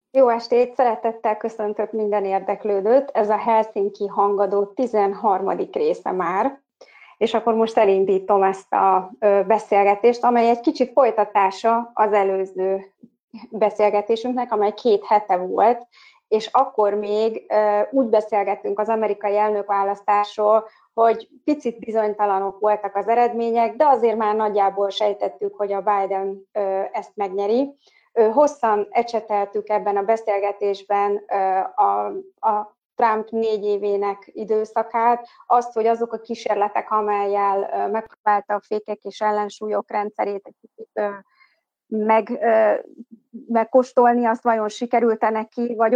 Jó estét! Szeretettel köszöntök minden érdeklődőt. Ez a Helsinki Hangadó 13. része már, és akkor most elindítom ezt a beszélgetést, amely egy kicsit folytatása az előző beszélgetésünknek, amely 2 hete volt, és akkor még úgy beszélgettünk az amerikai elnökválasztásról, hogy picit bizonytalanok voltak az eredmények, de azért már nagyjából sejtettük, hogy a Biden ezt megnyeri. Hosszan ecseteltük ebben a beszélgetésben a Trump 4 évének időszakát, azt, hogy azok a kísérletek, amellyel megpróbálta a fékek és ellensúlyok rendszerét egy kicsit megkóstolni, azt vajon sikerült-e neki, vagy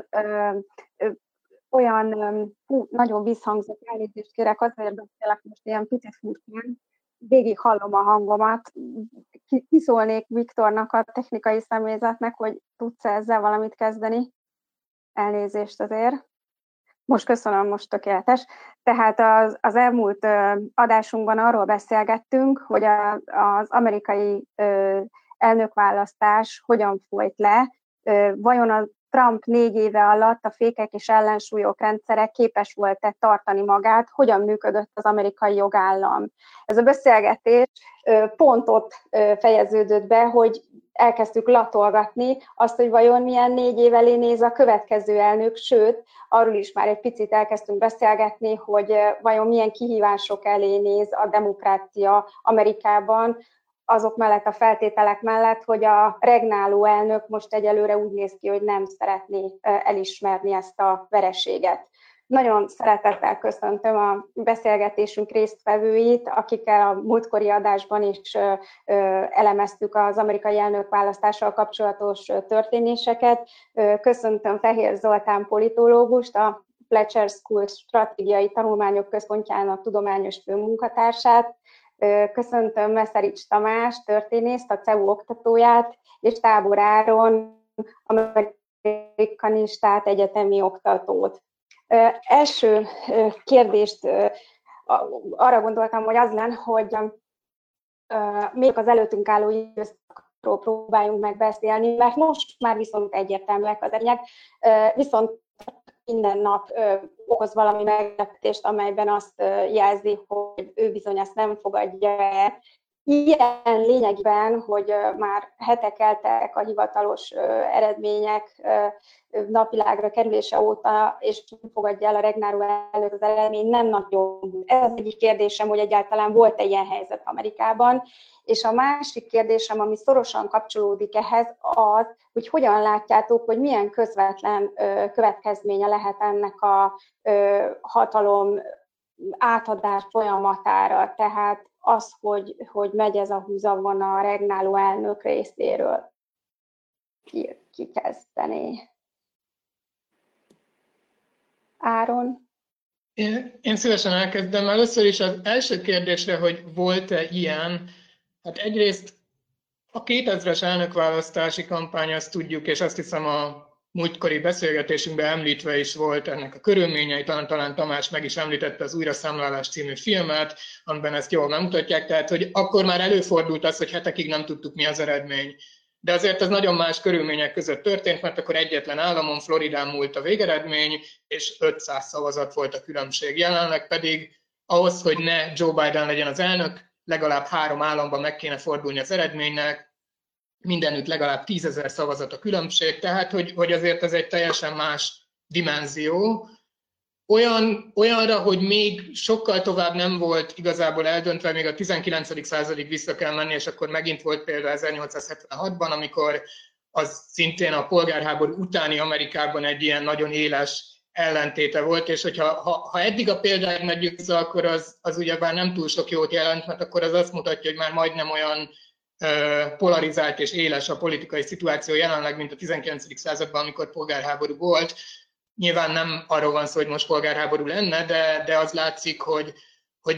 nagyon visszhangzott, elnézést kérek, azért beszélek most ilyen picit furcsán, végig hallom a hangomat. Kiszólnék Viktornak, a technikai személyzetnek, hogy tudsz ezzel valamit kezdeni? Elnézést azért. Most köszönöm, most tökéletes. Tehát az elmúlt adásunkban arról beszélgettünk, hogy az amerikai elnökválasztás hogyan folyt le, vajon a Trump 4 éve alatt a fékek és ellensúlyok rendszere képes volt-e tartani magát, hogyan működött az amerikai jogállam. Ez a beszélgetés pont ott fejeződött be, hogy elkezdtük latolgatni azt, hogy vajon milyen 4 év elé néz a következő elnök, sőt, arról is már egy picit elkezdtünk beszélgetni, hogy vajon milyen kihívások elé néz a demokrácia Amerikában, azok mellett, a feltételek mellett, hogy a regnáló elnök most egyelőre úgy néz ki, hogy nem szeretné elismerni ezt a vereséget. Nagyon szeretettel köszöntöm a beszélgetésünk résztvevőit, akikkel a múltkori adásban is elemeztük az amerikai elnökválasztással kapcsolatos történéseket. Köszöntöm Fehér Zoltán politológust, a Fletcher School Stratégiai Tanulmányok Központjának tudományos főmunkatársát. Köszöntöm Meszerics Tamás, történészt, a CEU oktatóját, és Tábor Áron, amerikanistát, egyetemi oktatót. Első kérdést arra gondoltam, hogy az lenne, hogy még az előttünk álló időszakról próbáljunk meg beszélni, mert most már viszont egyértelműek az eredmények, viszont minden nap okoz valami meglepetést, amelyben azt jelzi, hogy ő bizony ezt nem fogadja el. Ilyen lényegben, hogy már hetek elteltek a hivatalos eredmények napvilágra kerülése óta, és nem fogadja el a regnáló elnök az eredmény, nem nagyon. Ez az egyik kérdésem, hogy egyáltalán volt-e ilyen helyzet Amerikában. És a másik kérdésem, ami szorosan kapcsolódik ehhez, az, hogy hogyan látjátok, hogy milyen közvetlen következménye lehet ennek a hatalom átadás folyamatára, tehát az, hogy megy ez a húzavona a regnáló elnök részéről. Ki kezdené? Áron? Én szívesen elkezdem. Először is az első kérdésre, hogy volt-e ilyen. Hát egyrészt a 2000-es elnökválasztási kampány, azt tudjuk, és azt hiszem a múltkori beszélgetésünkben említve is volt ennek a körülményei, talán Tamás meg is említette az Újraszámlálás című filmet, amiben ezt jól bemutatják, tehát hogy akkor már előfordult az, hogy hetekig nem tudtuk, mi az eredmény. De azért ez nagyon más körülmények között történt, mert akkor egyetlen államon, Floridán múlt a végeredmény, és 500 szavazat volt a különbség. Jelenleg pedig ahhoz, hogy ne Joe Biden legyen az elnök, legalább 3 államban meg kéne fordulni az eredménynek, mindenütt legalább 10 000 szavazat a különbség, tehát hogy azért ez egy teljesen más dimenzió. Olyanra, hogy még sokkal tovább nem volt igazából eldöntve, még a 19. századig vissza kell menni, és akkor megint volt például 1876-ban, amikor az szintén a polgárháború utáni Amerikában egy ilyen nagyon éles ellentéte volt, és hogyha eddig a példáig megyünk vissza, akkor az ugyebár nem túl sok jót jelent, mert akkor az azt mutatja, hogy már majdnem olyan polarizált és éles a politikai szituáció jelenleg, mint a 19. században, amikor polgárháború volt. Nyilván nem arról van szó, hogy most polgárháború lenne, de az látszik, hogy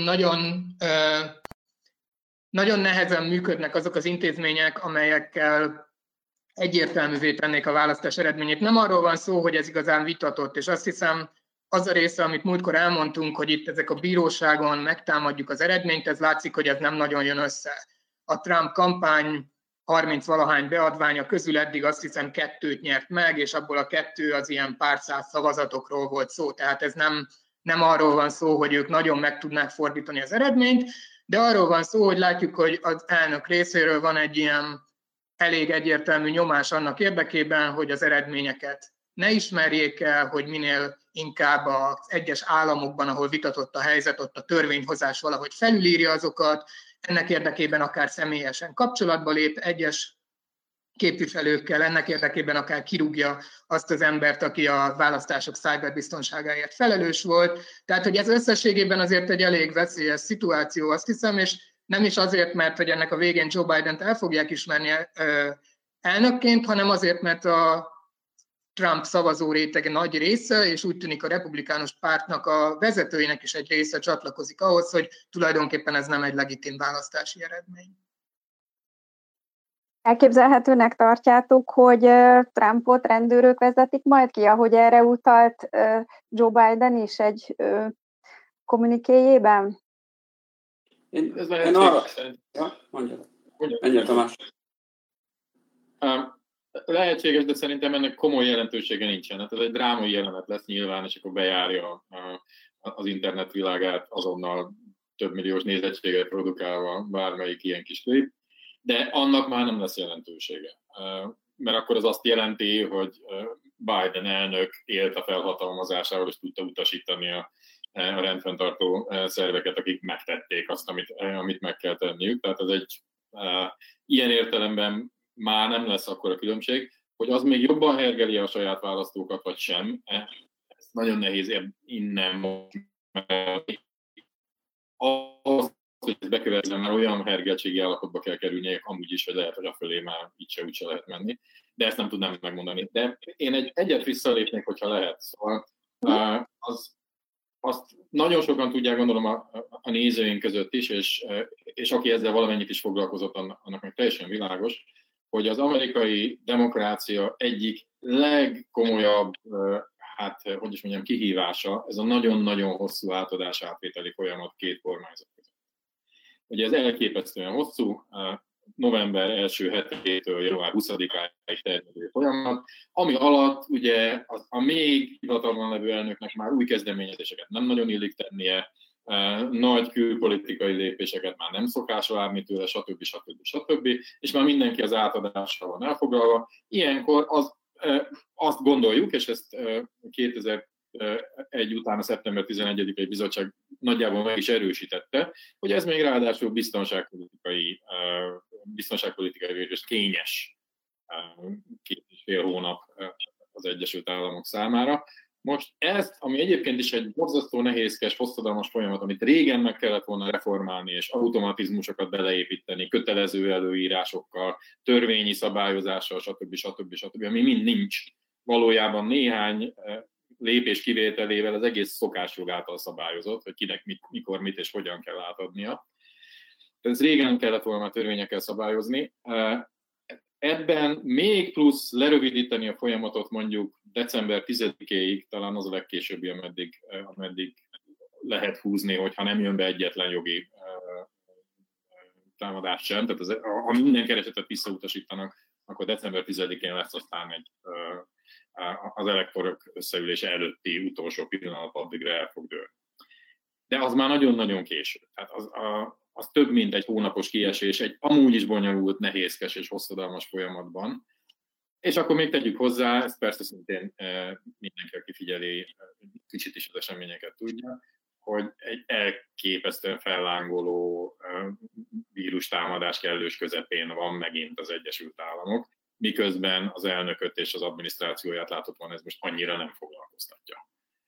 nagyon nehezen működnek azok az intézmények, amelyekkel egyértelművé tennék a választás eredményét. Nem arról van szó, hogy ez igazán vitatott, és azt hiszem, az a része, amit múltkor elmondtunk, hogy itt ezek a bíróságon megtámadjuk az eredményt, ez látszik, hogy ez nem nagyon jön össze. A Trump kampány 30-valahány beadványa közül eddig azt hiszem 2 nyert meg, és abból a 2 az ilyen pár száz szavazatokról volt szó. Tehát ez nem arról van szó, hogy ők nagyon meg tudnák fordítani az eredményt, de arról van szó, hogy látjuk, hogy az elnök részéről van egy ilyen elég egyértelmű nyomás annak érdekében, hogy az eredményeket ne ismerjék el, hogy minél inkább az egyes államokban, ahol vitatott a helyzet, ott a törvényhozás valahogy felülírja azokat, ennek érdekében akár személyesen kapcsolatba lép egyes képviselőkkel, ennek érdekében akár kirúgja azt az embert, aki a választások cyberbiztonságáért felelős volt. Tehát, hogy ez összességében azért egy elég veszélyes szituáció, azt hiszem, és nem is azért, mert hogy ennek a végén Joe Bident el fogják ismerni elnökként, hanem azért, mert a Trump szavazó réteg nagy része, és úgy tűnik a republikánus pártnak a vezetőinek is egy része csatlakozik ahhoz, hogy tulajdonképpen ez nem egy legitim választási eredmény. Elképzelhetőnek tartjátok, hogy Trumpot rendőrök vezetik majd ki, ahogy erre utalt Joe Biden is egy kommunikéjében? Én arra... Ja, mondja. Menjél, Tamás. Lehetséges, de szerintem ennek komoly jelentősége nincsen. Hát ez egy drámai jelenet lesz nyilván, és akkor bejárja az internet világát azonnal több milliós nézettséget produkálva bármelyik ilyen kis klip, de annak már nem lesz jelentősége. Mert akkor az azt jelenti, hogy Biden elnök élt a felhatalmazásával, és tudta utasítani a rendfenntartó szerveket, akik megtették azt, amit meg kell tenniük. Tehát ez egy ilyen értelemben már nem lesz akkora különbség, hogy az még jobban hergeli a saját választókat, vagy sem. Ez nagyon nehéz innen az, hogy ez bekövetkezzen, már olyan hergeltségi állapotba kell kerülnie, amúgy is, hogy lehet, hogy afölé már így se úgy se lehet menni. De ezt nem tudnám megmondani. De én egyet visszalépnék, hogyha lehet. Szóval azt nagyon sokan tudják, gondolom a nézőink között is, és aki ezzel valamennyit is foglalkozott, annak meg teljesen világos, hogy az amerikai demokrácia egyik legkomolyabb, kihívása, ez a nagyon-nagyon hosszú átadás-átvételi folyamat 2 kormányzat között. Ugye ez elképesztően hosszú, november első hetétől január 20-áig terjedő folyamat, ami alatt ugye a még hivatalban levő elnöknek már új kezdeményezéseket nem nagyon illik tennie, nagy külpolitikai lépéseket már nem szokás várni tőle, stb. És már mindenki az átadással van elfoglalva. Ilyenkor azt gondoljuk, és ezt 2001 után a szeptember 11-i bizottság nagyjából meg is erősítette, hogy ez még ráadásul biztonságpolitikai és kényes 2,5 hónap az Egyesült Államok számára. Most ezt, ami egyébként is egy borzasztó nehézkes, hosszadalmas folyamat, amit régen meg kellett volna reformálni, és automatizmusokat beleépíteni, kötelező előírásokkal, törvényi szabályozással, stb., ami mind nincs. Valójában néhány lépés kivételével az egész szokásjog által szabályozott, hogy kinek mikor, mit és hogyan kell átadnia. Ez régen kellett volna törvényekkel szabályozni. Ebben még plusz lerövidíteni a folyamatot mondjuk december 10-éig, talán az a legkésőbbi, ameddig lehet húzni, hogyha nem jön be egyetlen jogi támadás sem. Tehát ha minden keresetet visszautasítanak, akkor december 10-én lesz aztán az elektorok összeülése előtti utolsó pillanat, addigra el fog dőlni. De az már nagyon-nagyon késő. Tehát az több mint egy hónapos kiesés egy amúgy is bonyolult, nehézkes és hosszadalmas folyamatban. És akkor még tegyük hozzá, ezt persze szintén mindenki, aki figyeli, kicsit is az eseményeket tudja, hogy egy elképesztően fellángoló vírustámadás kellős közepén van megint az Egyesült Államok, miközben az elnököt és az adminisztrációját láthatóan van, ez most annyira nem foglalkoztatja.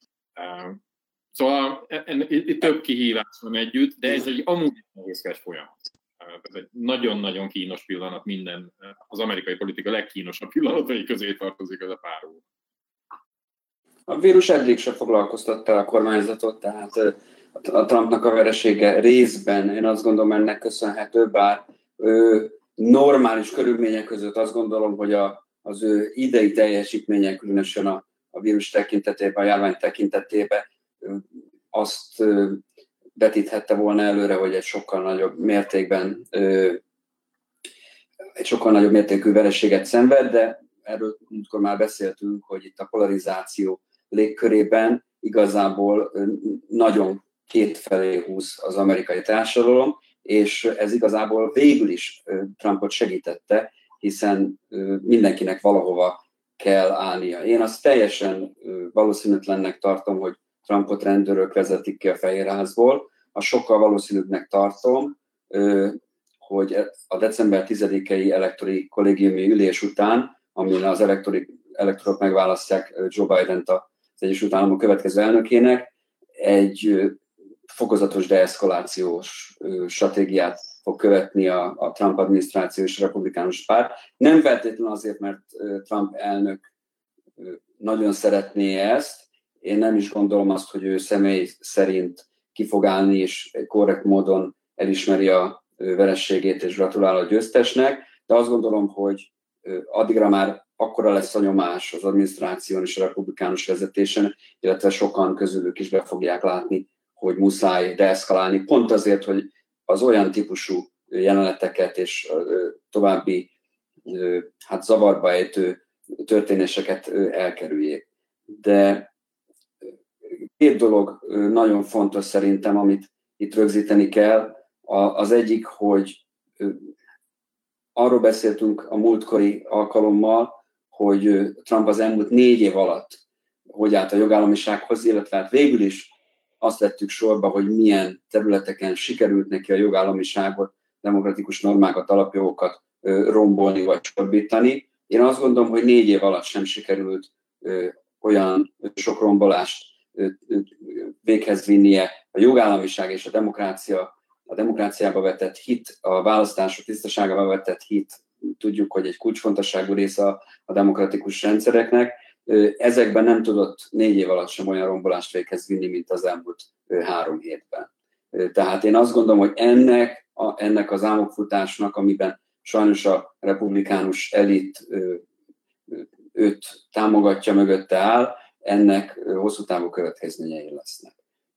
Szóval itt több kihívás van együtt, de ez egy amúgy nehézkes folyamat. Ez egy nagyon-nagyon kínos pillanat, az amerikai politika legkínosabb pillanatai közé tartozik ez a pár óra. A vírus eddig sem foglalkoztatta a kormányzatot, tehát a Trumpnak a veresége részben, én azt gondolom, ennek köszönhető, bár normális körülmények között azt gondolom, hogy az ő idei teljesítménye, különösen a vírus tekintetében, a járvány tekintetében azt vetíthette volna előre, hogy egy sokkal nagyobb mértékben egy sokkal nagyobb mértékű vereséget szenved, de erről múltkor már beszéltünk, hogy itt a polarizáció légkörében igazából nagyon kétfelé húz az amerikai társadalom, és ez igazából végül is Trumpot segítette, hiszen mindenkinek valahova kell állnia. Én azt teljesen valószínűtlennek tartom, hogy Trumpot rendőrök vezetik ki a Fehérházból. A sokkal valószínűbbnek tartom, hogy a december 10-i elektori kollégiumi ülés után, amin az elektorok megválasztják Joe Bident az Egyesült Államok következő elnökének, egy fokozatos deeszkalációs stratégiát fog követni a Trump adminisztráció és a republikánus párt. Nem feltétlenül azért, mert Trump elnök nagyon szeretné ezt. Én nem is gondolom azt, hogy ő személy szerint ki fog állni, és korrekt módon elismeri a vereségét, és gratulál a győztesnek, de azt gondolom, hogy addigra már akkora lesz a nyomás az adminisztráción és a republikánus vezetésen, illetve sokan közülük is be fogják látni, hogy muszáj deeszkalálni, pont azért, hogy az olyan típusú jeleneteket és további zavarba ejtő történéseket elkerüljék. De két dolog nagyon fontos szerintem, amit itt rögzíteni kell. Az egyik, hogy arról beszéltünk a múltkori alkalommal, hogy Trump az elmúlt 4 év alatt hogy állt a jogállamisághoz, illetve hát végül is azt vettük sorba, hogy milyen területeken sikerült neki a jogállamiságot, demokratikus normákat, alapjogokat rombolni vagy csorbítani. Én azt gondolom, hogy 4 év alatt sem sikerült olyan sok rombolást véghez vinnie. A jogállamiság és a demokráciába vetett hit, a választások tisztaságába vetett hit, tudjuk, hogy egy kulcsfontosságú része a demokratikus rendszereknek. Ezekben nem tudott 4 év alatt sem olyan rombolást véghez vinni, mint az elmúlt 3 hétben. Tehát én azt gondolom, hogy ennek az álmokfutásnak, amiben sajnos a republikánus elit őt támogatja, mögötte áll, ennek hosszú távú következményei lesznek.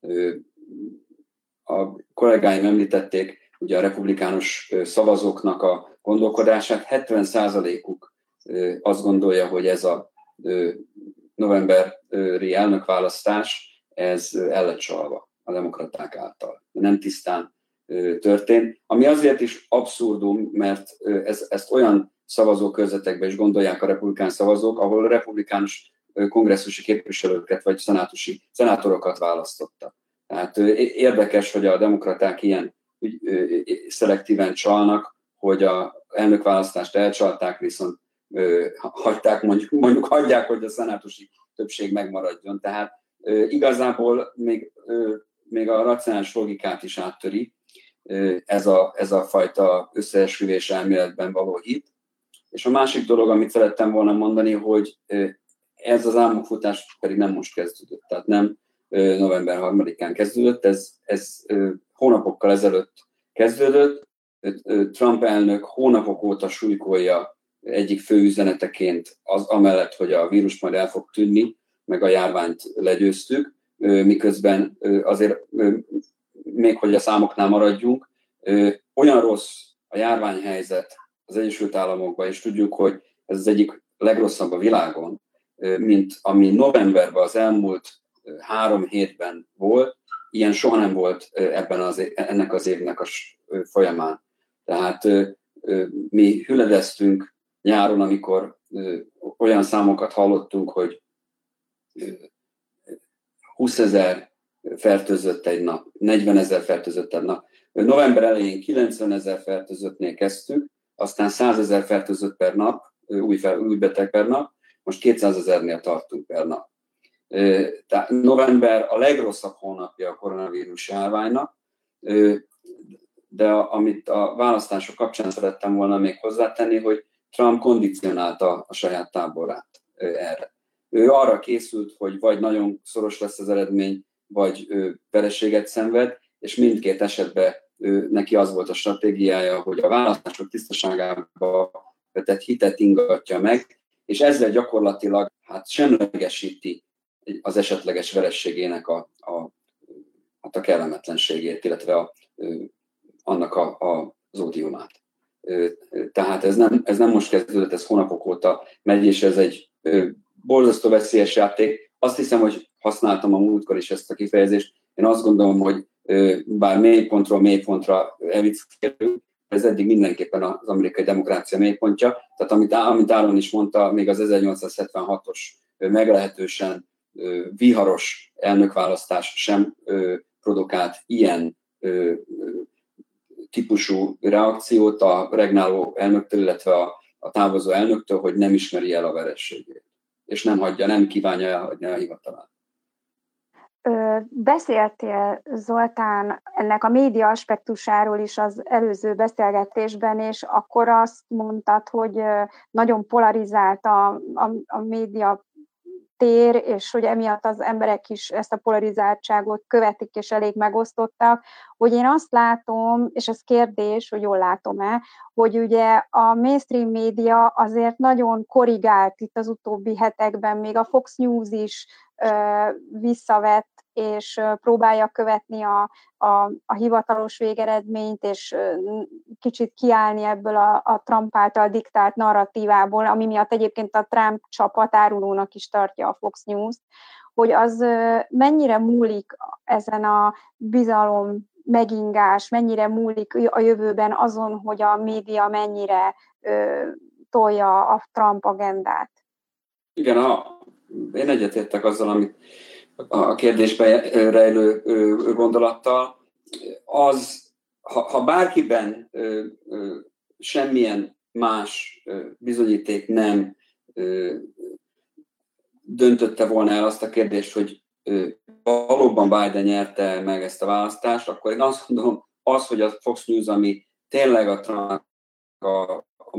A kollégáim említették ugye a republikánus szavazóknak a gondolkodását. 70%-uk azt gondolja, hogy ez a novemberi elnökválasztás, ez el lett csalva a demokraták által. Nem tisztán történt. Ami azért is abszurdum, mert ezt olyan szavazókörzetekben is gondolják a republikán szavazók, ahol a republikánus kongresszusi képviselőket vagy szenátorokat választottak. Tehát érdekes, hogy a demokraták ilyen szelektíven csalnak, hogy az elnökválasztást elcsalták, viszont hagyták, mondjuk hagyják, hogy a szenátusi többség megmaradjon. Tehát igazából még a racionális logikát is áttöri ez a fajta összeesküvés elméletben való hit. És a másik dolog, amit szerettem volna mondani, hogy ez az álmokfutás pedig nem most kezdődött, tehát nem november 3-án kezdődött, ez hónapokkal ezelőtt kezdődött. Trump elnök hónapok óta súlykolja egyik fő üzeneteként amellett, hogy a vírus majd el fog tűnni, meg a járványt legyőztük, miközben azért még hogy a számoknál maradjunk, olyan rossz a járványhelyzet az Egyesült Államokban, és tudjuk, hogy ez az egyik legrosszabb a világon, mint ami novemberben az elmúlt 3 hétben volt, ilyen soha nem volt ennek az évnek a folyamán. Tehát mi hüledeztünk nyáron, amikor olyan számokat hallottunk, hogy 20 000 fertőzött egy nap, 40 000 fertőzött egy nap. November elején 90 000 fertőzöttnél kezdtük, aztán 100 000 fertőzött per nap, új beteg per nap, most 200 000-nél tartunk per nap. Tehát november a legrosszabb hónapja a koronavírus járványnak, de amit a választások kapcsán szerettem volna még hozzátenni, hogy Trump kondicionálta a saját táborát erre. Ő arra készült, hogy vagy nagyon szoros lesz az eredmény, vagy vereséget szenved, és mindkét esetben neki az volt a stratégiája, hogy a választások tisztaságába vetett hitet ingatja meg, és ezzel gyakorlatilag semlegesíti az esetleges verességének a kellemetlenségét, illetve annak az ódiumát. Tehát ez nem most kezdődött, ez hónapok óta megy, és ez egy borzasztó veszélyes játék. Azt hiszem, hogy használtam a múltkor is ezt a kifejezést. Én azt gondolom, hogy bár mélypontról mélypontra elvicckelünk, ez eddig mindenképpen az amerikai demokrácia mélypontja. Tehát amit Áron is mondta, még az 1876-os meglehetősen viharos elnökválasztás sem produkált ilyen típusú reakciót a regnáló elnöktől, illetve a távozó elnöktől, hogy nem ismeri el a vereségét, és nem kívánja elhagyni a hivatalát. Beszéltél, Zoltán, ennek a média aspektusáról is az előző beszélgetésben, és akkor azt mondtad, hogy nagyon polarizált a média tér, és hogy emiatt az emberek is ezt a polarizáltságot követik, és elég megosztottak, hogy én azt látom, és ez kérdés, hogy jól látom-e, hogy ugye a mainstream média azért nagyon korrigált itt az utóbbi hetekben, még a Fox News is visszavett, és próbálja követni a hivatalos végeredményt, és kicsit kiállni ebből a Trump által diktált narratívából, ami miatt egyébként a Trump csapat árulónak is tartja a Fox News-t, hogy az mennyire múlik ezen a bizalom megingás, mennyire múlik a jövőben azon, hogy a média mennyire tolja a Trump agendát. Igen, én egyetértek azzal, amit a kérdésben rejlő gondolattal. Ha bárkiben semmilyen más bizonyíték nem döntötte volna el azt a kérdést, hogy valóban Biden nyerte meg ezt a választást, akkor én azt gondolom, hogy a Fox News, ami tényleg a Trump a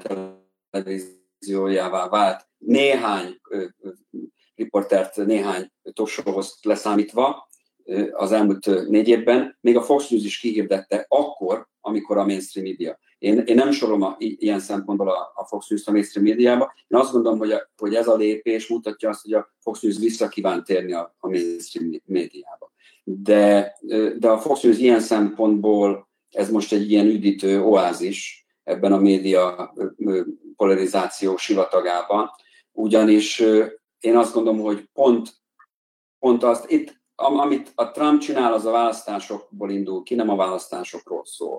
magántelevíziójává vált, néhány riportert, néhány talkshowhoz leszámítva az elmúlt 4 évben, még a Fox News is kihirdette akkor, amikor a mainstream média. Én nem sorolom ilyen szempontból a Fox News a mainstream médiába. Én azt gondolom, hogy ez a lépés mutatja azt, hogy a Fox News vissza kíván térni a mainstream médiába. De a Fox News ilyen szempontból ez most egy ilyen üdítő oázis ebben a média polarizáció sivatagában, ugyanis én azt gondolom, hogy pont azt, amit a Trump csinál, az a választásokból indul ki, nem a választásokról szól.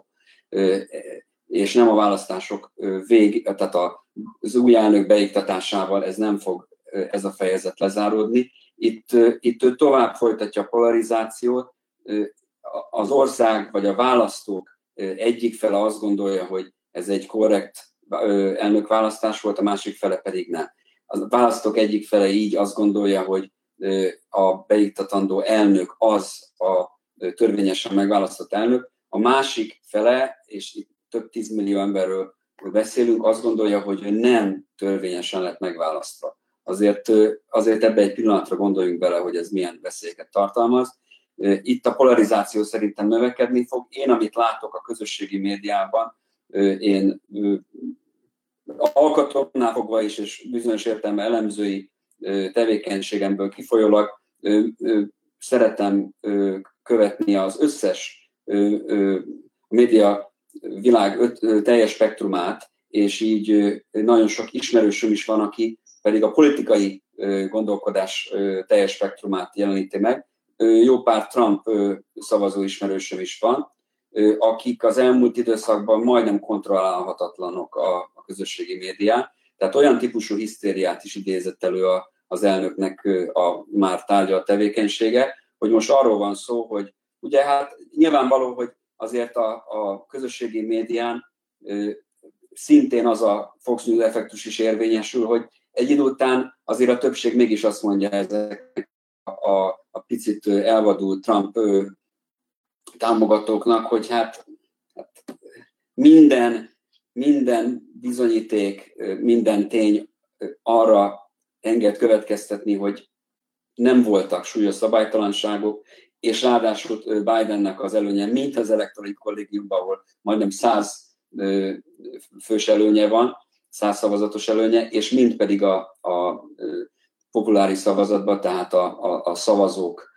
És nem a választások tehát az új elnök beiktatásával ez nem fog ez a fejezet lezáródni. Itt ő tovább folytatja a polarizációt. Az ország vagy a választók egyik fele azt gondolja, hogy ez egy korrekt elnökválasztás volt, a másik fele pedig nem. A választók egyik fele így azt gondolja, hogy a beiktatandó elnök az a törvényesen megválasztott elnök, a másik fele, és itt több 10 millió emberről beszélünk, azt gondolja, hogy ő nem törvényesen lett megválasztva. Azért ebbe egy pillanatra gondoljunk bele, hogy ez milyen veszélyeket tartalmaz. Itt a polarizáció szerintem növekedni fog. Én, amit látok a közösségi médiában, én alkatónál fogva is, és bizonyos értelemben elemzői tevékenységemből kifolyólag szeretem követni az összes média világ teljes spektrumát, és így nagyon sok ismerősöm is van, aki pedig a politikai gondolkodás teljes spektrumát jeleníti meg. Jó pár Trump szavazó ismerősöm is van, akik az elmúlt időszakban majdnem kontrollálhatatlanok a közösségi médián. Tehát olyan típusú hisztériát is idézett elő az elnöknek a már tárgyalt tevékenysége, hogy most arról van szó, hogy ugye hát nyilvánvaló, hogy azért a közösségi médián szintén az a Fox News effektus is érvényesül, hogy egy idő után azért a többség mégis azt mondja ezek a picit elvadult Trump támogatóknak, hogy hát minden bizonyíték, minden tény arra enged következtetni, hogy nem voltak súlyos szabálytalanságok, és ráadásul Bidennek az előnye, mint az elektorai kollégiumban, ahol majdnem 100 fős előnye van, 100 szavazatos előnye, és mind pedig a populáris szavazatban, tehát a szavazók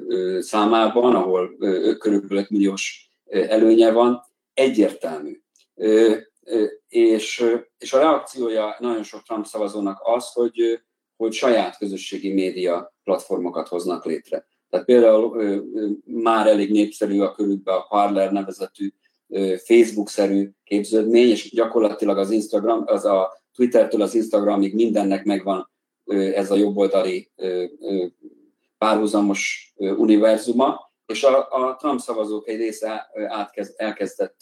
számában, ahol körülbelül 5 milliós előnye van, egyértelmű, És a reakciója nagyon sok Trump szavazónak az, hogy saját közösségi média platformokat hoznak létre. Tehát például már elég népszerű a körükben a Parler nevezetű Facebook-szerű képződmény, és gyakorlatilag az Instagram, az a Twittertől az Instagramig mindennek megvan ez a jobboldali párhuzamos univerzuma, és a Trump szavazók egy része elkezdett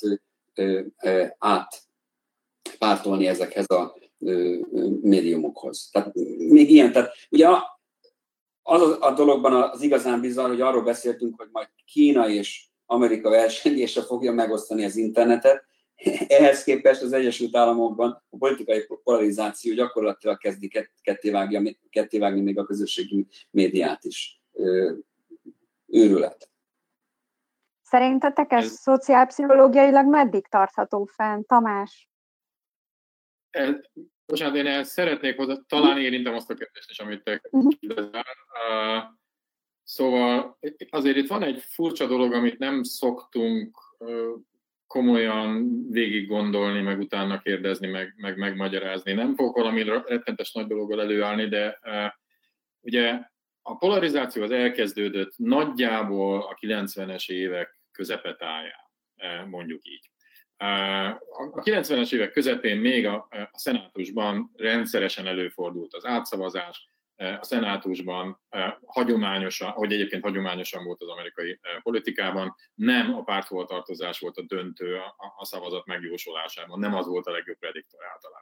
átpártolni ezekhez a médiumokhoz. Tehát még ilyen, tehát ugye az a dologban az igazán bizarr, hogy arról beszéltünk, hogy majd Kína és Amerika versengése fogja megosztani az internetet. Ehhez képest az Egyesült Államokban a politikai polarizáció gyakorlatilag kezdi kettévágni még a közösségi médiát is. Őrület. Szerintetek ez szociálpszichológiailag meddig tartható fenn, Tamás? Bocsánat, én ezt szeretnék hozzá, talán érintem azt a kérdést is, amit te kérdezel. Szóval azért itt van egy furcsa dolog, amit nem szoktunk komolyan végig gondolni, meg utána kérdezni, meg megmagyarázni. Nem fogok valami rettentes nagy dologgal előállni, de ugye a polarizáció az elkezdődött nagyjából a 90-es évek közepetáján, mondjuk így. A 90-es évek közepén még a szenátusban rendszeresen előfordult az átszavazás, a szenátusban hagyományosan, ahogy egyébként hagyományosan volt az amerikai politikában, nem a párthovatartozás volt a döntő a szavazat megjósolásában, nem az volt a legjobb prediktor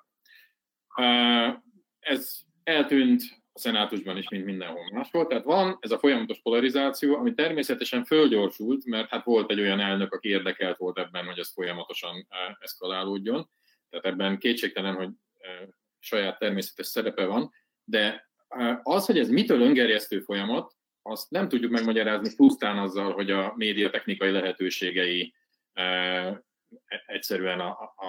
általában. Ez eltűnt a szenátusban is, mint mindenhol máshol. Tehát van ez a folyamatos polarizáció, ami természetesen fölgyorsult, mert hát volt egy olyan elnök, aki érdekelt volt ebben, hogy ez folyamatosan eszkalálódjon. Tehát ebben kétségtelen, hogy saját természetes szerepe van, de az, hogy ez mitől öngerjesztő folyamat, azt nem tudjuk megmagyarázni pusztán azzal, hogy a média technikai lehetőségei egyszerűen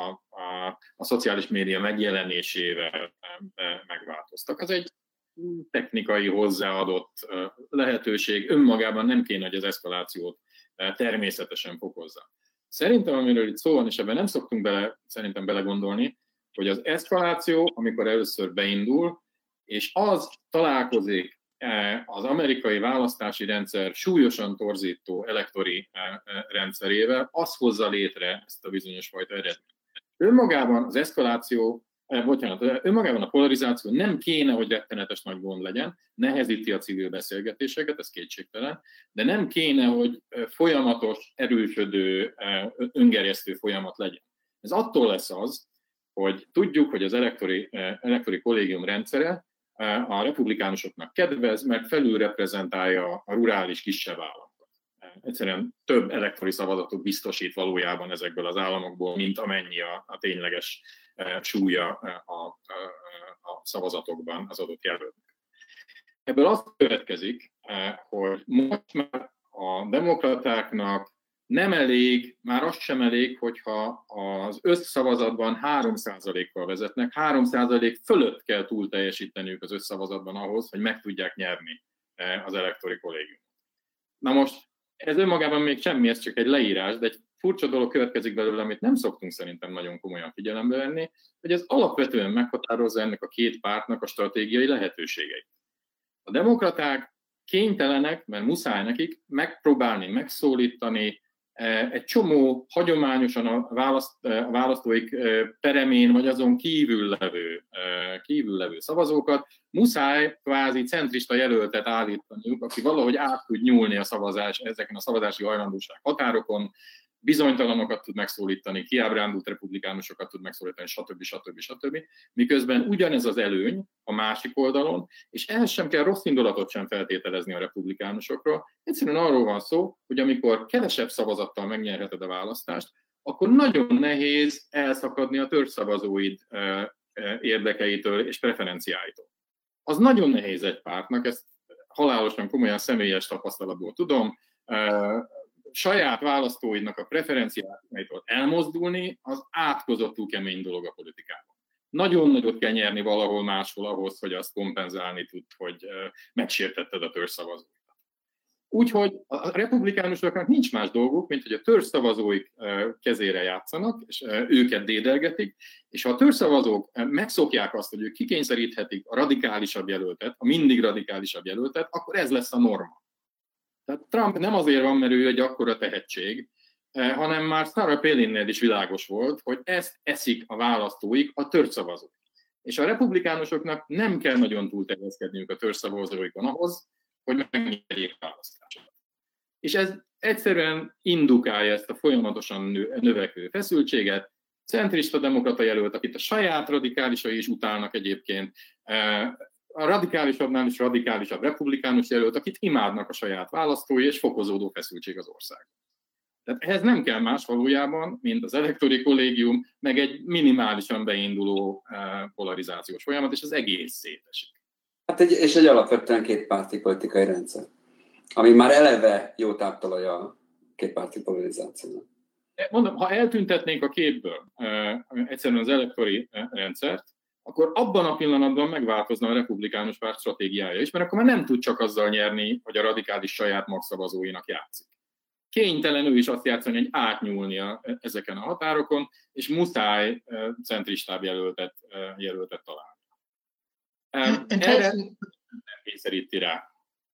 a szociális média megjelenésével megváltoztak. Az egy technikai hozzáadott lehetőség, önmagában nem kéne, hogy az eszkalációt természetesen fokozza. Szerintem, amiről itt szó van, és ebben nem szoktunk szerintem belegondolni, hogy az eszkaláció, amikor először beindul, és az találkozik az amerikai választási rendszer súlyosan torzító elektori rendszerével, az hozza létre ezt a bizonyos fajta eredményt. Önmagában az eszkaláció, önmagában a polarizáció nem kéne, hogy rettenetes nagy gond legyen, nehezíti a civil beszélgetéseket, ez kétségtelen, de nem kéne, hogy folyamatos, erősödő, öngerjesztő folyamat legyen. Ez attól lesz az, hogy tudjuk, hogy az elektori kollégium rendszere a republikánusoknak kedvez, mert felülreprezentálja a rurális kisebb államokat. Egyszerűen több elektori szavazatot biztosít valójában ezekből az államokból, mint amennyi a tényleges súlya a szavazatokban az adott jelöltnek. Ebből azt következik, hogy most már a demokratáknak nem elég, már az sem elég, hogyha az összszavazatban 3%-kal vezetnek, 3% fölött kell túl teljesíteniük az összszavazatban ahhoz, hogy meg tudják nyerni az elektori kollégiumot. Na most ez önmagában még semmi, ez csak egy leírás, de egy furcsa dolog következik belőle, amit nem szoktunk szerintem nagyon komolyan figyelembe venni, hogy ez alapvetően meghatározza ennek a két pártnak a stratégiai lehetőségeit. A demokraták kénytelenek, mert muszáj nekik megpróbálni, megszólítani egy csomó hagyományosan a választóik peremén, vagy azon kívül levő szavazókat, muszáj kvázi centrista jelöltet állítaniuk, aki valahogy át tud nyúlni ezeken a szavazási hajlandóság határokon, bizonytalanokat tud megszólítani, kiábrándult republikánusokat tud megszólítani, stb. Miközben ugyanez az előny a másik oldalon, és ehhez sem kell rossz indulatot sem feltételezni a republikánusokról. Egyszerűen arról van szó, hogy amikor kevesebb szavazattal megnyerheted a választást, akkor nagyon nehéz elszakadni a törzszavazóid érdekeitől és preferenciáitól. Az nagyon nehéz egy pártnak, ezt halálosan komolyan személyes tapasztalatból tudom, saját választóidnak a preferenciáitól elmozdulni, az átkozottul kemény dolog a politikában. Nagyon nagyot kell nyerni valahol máshol ahhoz, hogy azt kompenzálni tud, hogy megsértetted a törzszavazóidat. Úgyhogy a republikánusoknak nincs más dolguk, mint hogy a törzsszavazóik kezére játszanak, és őket dédelgetik, és ha a törzsszavazók megszokják azt, hogy ők kikényszeríthetik a radikálisabb jelöltet, a mindig radikálisabb jelöltet, akkor ez lesz a norma. Tehát Trump nem azért van, mert ő egy akkora tehetség, hanem már Sarah Palinnél is világos volt, hogy ezt eszik a választóik, a törzsszavazók. És a republikánusoknak nem kell nagyon túlterjeszkedniük a törzsszavazóikon ahhoz, hogy megnyerjék a választásokat. És ez egyszerűen indukálja ezt a folyamatosan növekvő feszültséget. Centrista demokrata jelölt, akit a saját radikálisai is utálnak egyébként, a radikálisabbnál is radikálisabb republikánus jelölt, akit imádnak a saját választói, és fokozódó feszültség az ország. Tehát ehhez nem kell más valójában, mint az elektori kollégium, meg egy minimálisan beinduló polarizációs folyamat, és az egész szétesik. Hát egy alapvetően kétpárti politikai rendszer, ami már eleve jó táptalaja a kétpárti polarizációnak. Mondom, ha eltüntetnénk a képből egyszerűen az elektori rendszert, akkor abban a pillanatban megváltozna a republikánus párt stratégiája is, mert akkor már nem tud csak azzal nyerni, hogy a radikális saját magszavazóinak játszik. Kénytelen ő is azt játszani, hogy átnyúlnia ezeken a határokon, és muszáj centristább jelöltet találni. Erre nem kényszeríti rá.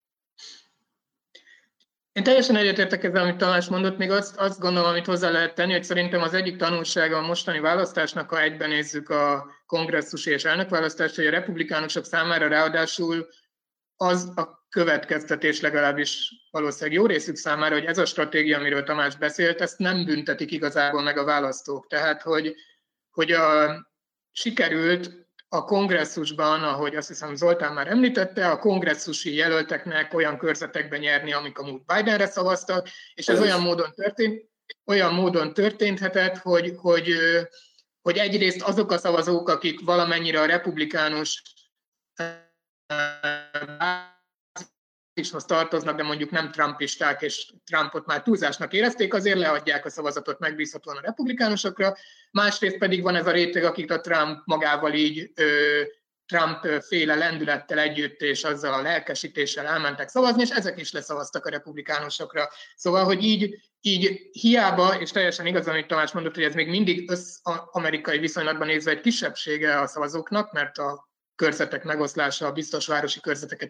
Én teljesen egyetértek ezzel, amit Tamás mondott, még azt gondolom, amit hozzá lehet tenni, hogy szerintem az egyik tanulsága a mostani választásnak, ha egyben nézzük a kongresszusi és elnökválasztást, hogy a republikánusok számára ráadásul az a következtetés legalábbis valószínűleg jó részük számára, hogy ez a stratégia, amiről Tamás beszélt, ezt nem büntetik igazából meg a választók. Tehát, hogy sikerült a kongresszusban, ahogy azt hiszem Zoltán már említette, a kongresszusi jelölteknek olyan körzetekben nyerni, amik amúgy Bidenre szavaztak, és ez olyan módon történhetett, hogy egyrészt azok a szavazók, akik valamennyire a republikánus tartoznak, de mondjuk nem trumpisták, és Trumpot már túlzásnak érezték, azért leadják a szavazatot megbízhatóan a republikánusokra. Másrészt pedig van ez a réteg, akik a Trump magával így Trump-féle lendülettel együtt, és azzal a lelkesítéssel elmentek szavazni, és ezek is leszavaztak a republikánusokra. Szóval, hogy így hiába, és teljesen igaz, amit Tamás mondott, hogy ez még mindig amerikai viszonylatban nézve egy kisebbsége a szavazóknak, mert a körzetek megoszlása, a biztos városi körzeteket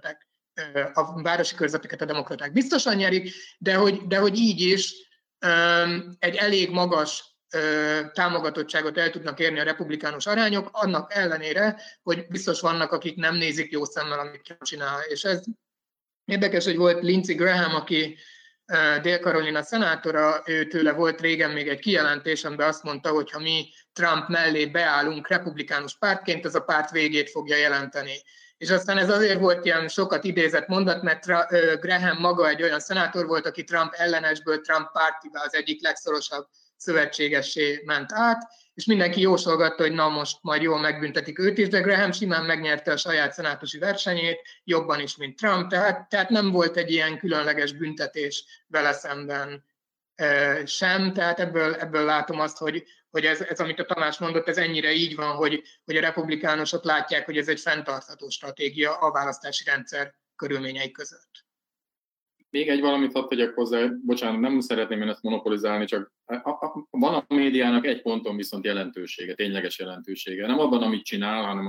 a demokraták biztosan nyerik, de hogy így is egy elég magas támogatottságot el tudnak érni a republikánus arányok, annak ellenére, hogy biztos vannak, akik nem nézik jó szemmel, amit Trump csinál. És ez érdekes, hogy volt Lindsey Graham, aki Dél-Karolina szenátora, tőle volt régen még egy kijelentés, amiben azt mondta, hogy ha mi Trump mellé beállunk republikánus pártként, az a párt végét fogja jelenteni. És aztán ez azért volt ilyen sokat idézett mondat, mert Graham maga egy olyan szenátor volt, aki Trump ellenesből Trump pártivá az egyik legszorosabb szövetségessé ment át, és mindenki jósolgatta, hogy na most majd jól megbüntetik őt is, de Graham simán megnyerte a saját szenátusi versenyét, jobban is, mint Trump, tehát nem volt egy ilyen különleges büntetés vele szemben sem, tehát ebből látom azt, hogy ez, amit a Tamás mondott, ez ennyire így van, hogy a republikánusok látják, hogy ez egy fenntartható stratégia a választási rendszer körülményei között. Még egy valamit hadd tegyek hozzá, bocsánat, nem szeretném én ezt monopolizálni, csak van a médiának egy ponton viszont jelentősége, tényleges jelentősége. Nem abban, amit csinál, hanem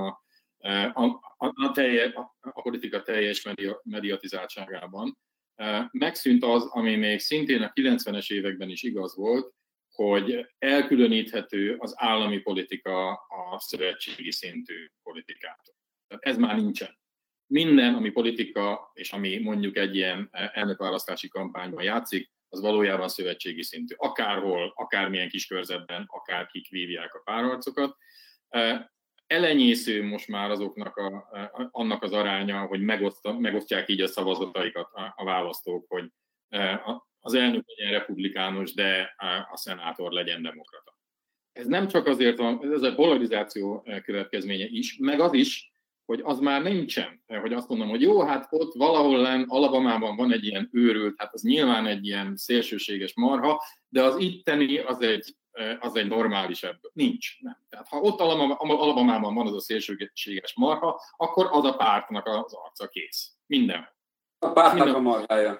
a politika teljes mediatizáltságában. Megszűnt az, ami még szintén a 90-es években is igaz volt, hogy elkülöníthető az állami politika a szövetségi szintű politikától. Tehát ez már nincsen. Minden, ami politika, és ami mondjuk egy ilyen elnökválasztási kampányban játszik, az valójában szövetségi szintű. Akárhol, akármilyen kis körzetben, akárkik vívják a párharcokat. Elenyésző most már annak az aránya, hogy megosztják így a szavazataikat a választók, hogy az elnök legyen republikánus, de a szenátor legyen demokrata. Ez nem csak azért van, ez a polarizáció következménye is, meg az is, hogy az már nincsen. Hogy azt mondom, hogy jó, hát ott valahol Alabamában van egy ilyen őrült, hát az nyilván egy ilyen szélsőséges marha, de az itteni az egy normálisabb. Nincs. Nem. Tehát ha ott Alabamában van az a szélsőséges marha, akkor az a pártnak az arca kész. Minden. A pártnak a marhája.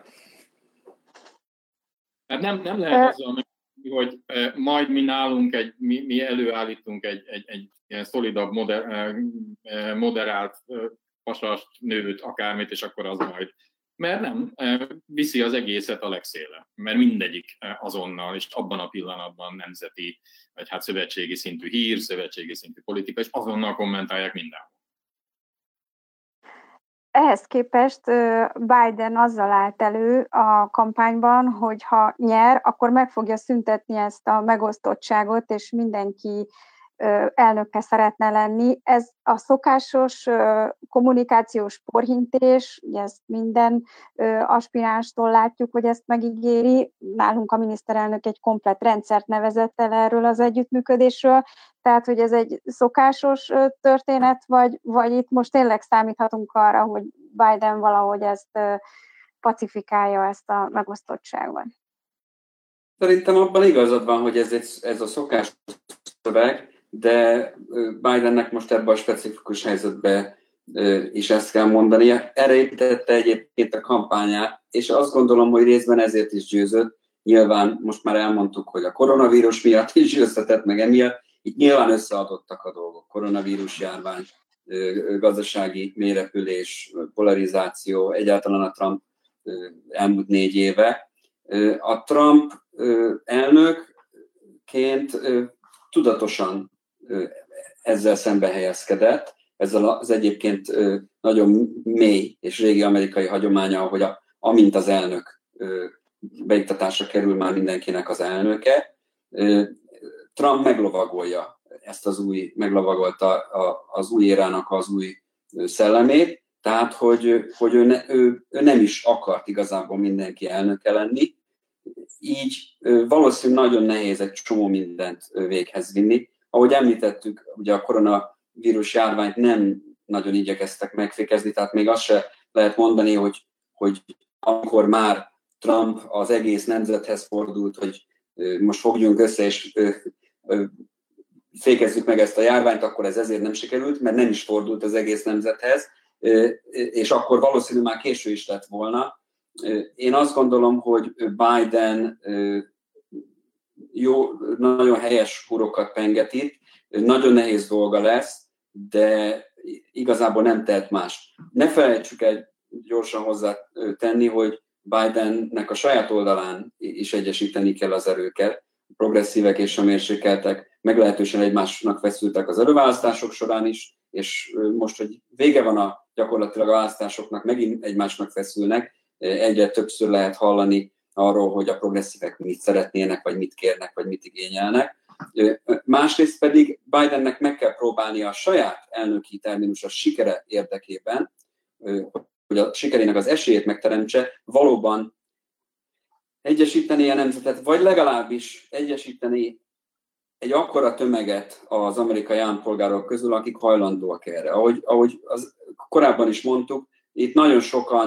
Hát nem lehet azzal, hogy majd mi nálunk mi előállítunk egy ilyen szolidabb, moderált pasast, nőt, akármit, és akkor az majd. Mert nem, viszi az egészet a legszéle. Mert mindegyik azonnal, és abban a pillanatban nemzeti, vagy hát szövetségi szintű hír, szövetségi szintű politika, és azonnal kommentálják mindenhol. Ehhez képest Biden azzal állt elő a kampányban, hogy ha nyer, akkor meg fogja szüntetni ezt a megosztottságot, és mindenki elnöke szeretne lenni. Ez a szokásos kommunikációs porhintés, ugye ezt minden aspiránstól látjuk, hogy ezt megígéri. Nálunk a miniszterelnök egy komplett rendszert nevezett el erről az együttműködésről, tehát hogy ez egy szokásos történet, vagy itt most tényleg számíthatunk arra, hogy Biden valahogy ezt pacifikálja, ezt a megosztottságot. Szerintem abban igazad van, hogy ez a szokásos szöveg, de Bidennek most ebben a specifikus helyzetben is ezt kell mondani. Erre építette egyébként a kampányát, és azt gondolom, hogy részben ezért is győzött. Nyilván most már elmondtuk, hogy a koronavírus miatt is győzhetett meg emiatt. Itt nyilván összeadottak a dolgok. Koronavírus járvány, gazdasági mélyrepülés, polarizáció, egyáltalán a Trump elmúlt 4 éve. A Trump elnökként tudatosan ezzel szembe helyezkedett, ezzel az egyébként nagyon mély és régi amerikai hagyománya, hogy amint az elnök beiktatásra kerül, már mindenkinek az elnöke. Trump meglovagolja ezt meglovagolta az új érának az új szellemét, tehát hogy ő nem is akart igazából mindenki elnöke lenni, így valószínűleg nagyon nehéz egy csomó mindent véghez vinni. Ahogy említettük, ugye a koronavírus járványt nem nagyon igyekeztek megfékezni, tehát még azt se lehet mondani, hogy amikor már Trump az egész nemzethez fordult, hogy most fogjunk össze és fékezzük meg ezt a járványt, akkor ez ezért nem sikerült, mert nem is fordult az egész nemzethez, és akkor valószínűleg már késő is lett volna. Én azt gondolom, hogy Biden jó, nagyon helyes húrokat penget itt, nagyon nehéz dolga lesz, de igazából nem tehet más. Ne felejtsük el gyorsan hozzá tenni, hogy Bidennek a saját oldalán is egyesíteni kell az erőket. A progresszívek és a mérsékeltek meglehetősen egymásnak feszültek az előválasztások során is, és most, hogy vége van gyakorlatilag a választásoknak, megint egymásnak feszülnek, egyre többször lehet hallani arról, hogy a progresszívek mit szeretnének, vagy mit kérnek, vagy mit igényelnek. Másrészt pedig Bidennek meg kell próbálnia a saját elnöki terminusa sikere érdekében, hogy a sikerének az esélyét megteremtse, valóban egyesíteni a nemzetet, vagy legalábbis egyesíteni egy akkora tömeget az amerikai állampolgárok közül, akik hajlandóak erre. Ahogy korábban is mondtuk, itt nagyon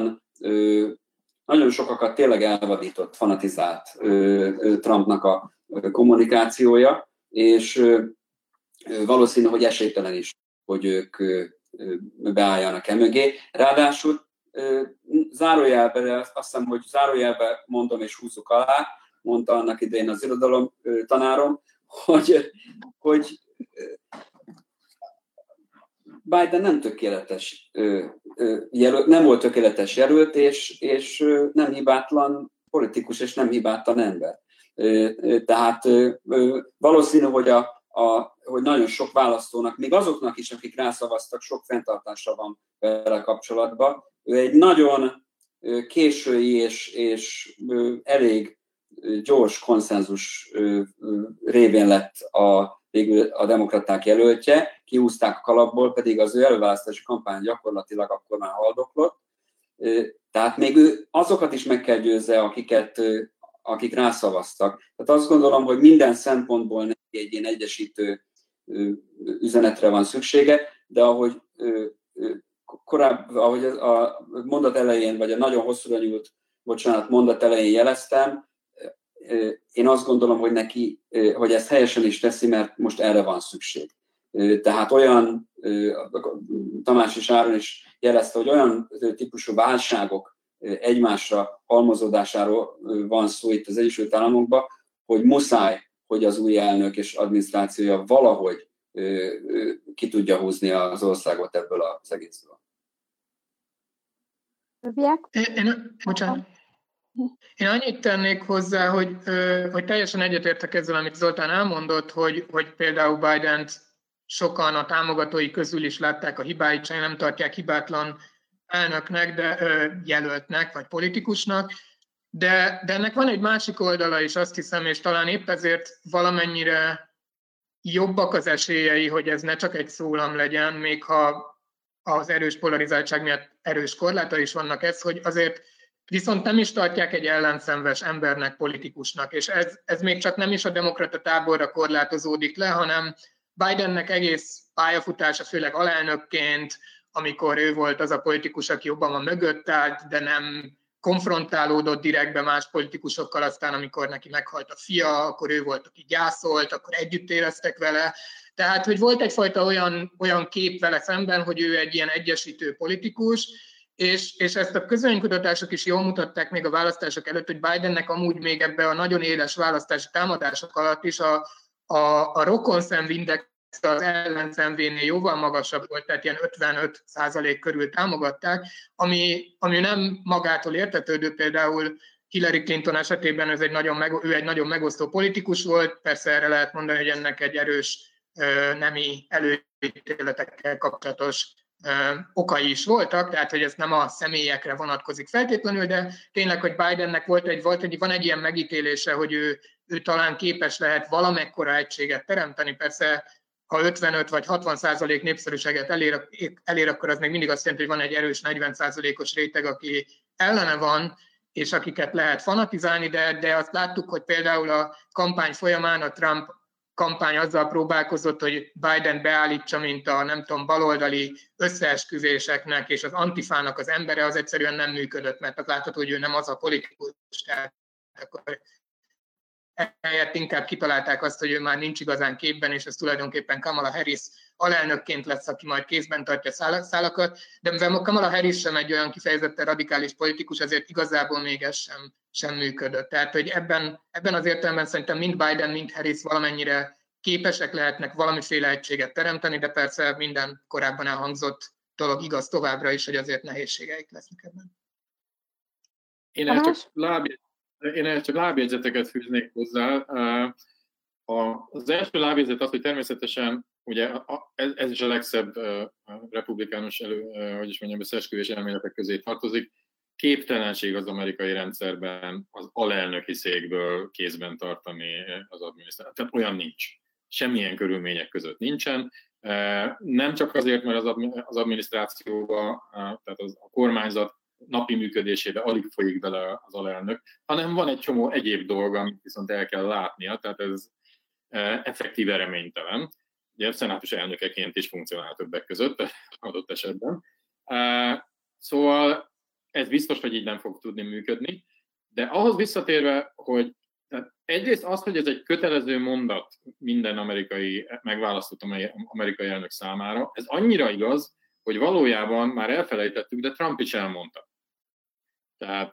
sokakat tényleg elvadított, fanatizált Trumpnak a kommunikációja, és valószínű, hogy esélytelen is, hogy ők beálljanak mögé. Ráadásul zárójelben, azt hiszem, hogy zárójelben mondom és húzzuk alá, mondta annak idején az irodalom tanárom, hogy Biden nem tökéletes jelölt, nem volt tökéletes jelölt, és nem hibátlan politikus, és nem hibátlan ember. Tehát valószínű, hogy hogy nagyon sok választónak, még azoknak is, akik rászavaztak, sok fenntartása van vele kapcsolatban. Ő egy nagyon késői és elég gyors konszenzus révén lett végül a demokraták jelöltje, kihúzták a kalapból, pedig az ő előválasztási kampány gyakorlatilag akkor már haldoklott. Tehát még ő azokat is meg kell győzze, akik rászavaztak. Tehát azt gondolom, hogy minden szempontból neki egy ilyen egyesítő üzenetre van szüksége, de ahogy a mondat elején, vagy a nagyon hosszúra nyúlt, mondat elején jeleztem, én azt gondolom, hogy ezt helyesen is teszi, mert most erre van szükség. Tehát olyan, Tamás és Áron is jelezte, hogy olyan típusú válságok egymásra halmozódásáról van szó itt az Egyesült Államokban, hogy muszáj, hogy az új elnök és adminisztrációja valahogy ki tudja húzni az országot ebből az egészből. Én annyit tennék hozzá, hogy teljesen egyetértek ezzel, amit Zoltán elmondott, hogy például Bident sokan a támogatói közül is látták a hibáit, nem tartják hibátlan elnöknek, de jelöltnek, vagy politikusnak. De ennek van egy másik oldala is, azt hiszem, és talán épp ezért valamennyire jobbak az esélyei, hogy ez ne csak egy szólam legyen, még ha az erős polarizáltság miatt erős korlátai is vannak ez, hogy azért viszont nem is tartják egy ellenszenves embernek, politikusnak, és ez még csak nem is a demokrata táborra korlátozódik le, hanem Bidennek egész pályafutása, főleg alelnökként, amikor ő volt az a politikus, aki Obama mögött állt, de nem konfrontálódott direktbe más politikusokkal, aztán amikor neki meghalt a fia, akkor ő volt, aki gyászolt, akkor együtt éreztek vele. Tehát, hogy volt egyfajta olyan kép vele szemben, hogy ő egy ilyen egyesítő politikus, és ezt a közvéleménykutatások is jól mutatták még a választások előtt, hogy Bidennek amúgy még ebbe a nagyon éles választási támadások alatt is a rokonszenvindex az ellenszenvénél jóval magasabb volt, tehát ilyen 55% körül támogatták, ami nem magától értetődő, például Hillary Clinton esetében ő egy nagyon megosztó politikus volt, persze erre lehet mondani, hogy ennek egy erős nemi előítéletekkel kapcsolatos okai is voltak, tehát hogy ez nem a személyekre vonatkozik feltétlenül, de tényleg, hogy Bidennek van egy ilyen megítélése, hogy ő talán képes lehet valamekkora egységet teremteni, persze ha 55 vagy 60% népszerűséget elér, akkor az még mindig azt jelenti, hogy van egy erős 40%-os réteg, aki ellene van, és akiket lehet fanatizálni, de azt láttuk, hogy például a kampány folyamán a Trump kampány azzal próbálkozott, hogy Biden beállítsa, mint a nem tudom, baloldali összeesküvéseknek és az antifának az embere, az egyszerűen nem működött, mert látható, hogy ő nem az a politikus. Tehát akkor helyett inkább kitalálták azt, hogy ő már nincs igazán képben, és ez tulajdonképpen Kamala Harris alelnökként lesz, aki majd kézben tartja szálakat, de mivel Kamala Harris sem egy olyan kifejezetten radikális politikus, ezért igazából még ez sem működött. Tehát, hogy ebben az értelemben szerintem mind Biden, mind Harris valamennyire képesek lehetnek valamiféle egységet teremteni, de persze minden korábban elhangzott dolog igaz továbbra is, hogy azért nehézségeik lesznek ebben. Én ehhez csak lábjegyzeteket fűznék hozzá. Az első lábjegyzet az, hogy természetesen ugye ez is a legszebb republikánus összeesküvés elméletek közé tartozik. Képtelenség az amerikai rendszerben az alelnöki székből kézben tartani az adminisztrációt. Tehát olyan nincs. Semmilyen körülmények között nincsen. Nem csak azért, mert az adminisztrációban, tehát a kormányzat napi működésébe alig folyik bele az alelnök, hanem van egy csomó egyéb dolga, amit viszont el kell látnia, tehát ez effektíve reménytelen. Ugye szenátus elnökeként is funkcionál többek között adott esetben. Szóval ez biztos, hogy így nem fog tudni működni, de ahhoz visszatérve, hogy egyrészt az, hogy ez egy kötelező mondat minden megválasztott amerikai elnök számára, ez annyira igaz, hogy valójában már elfelejtettük, de Trump is elmondta. Tehát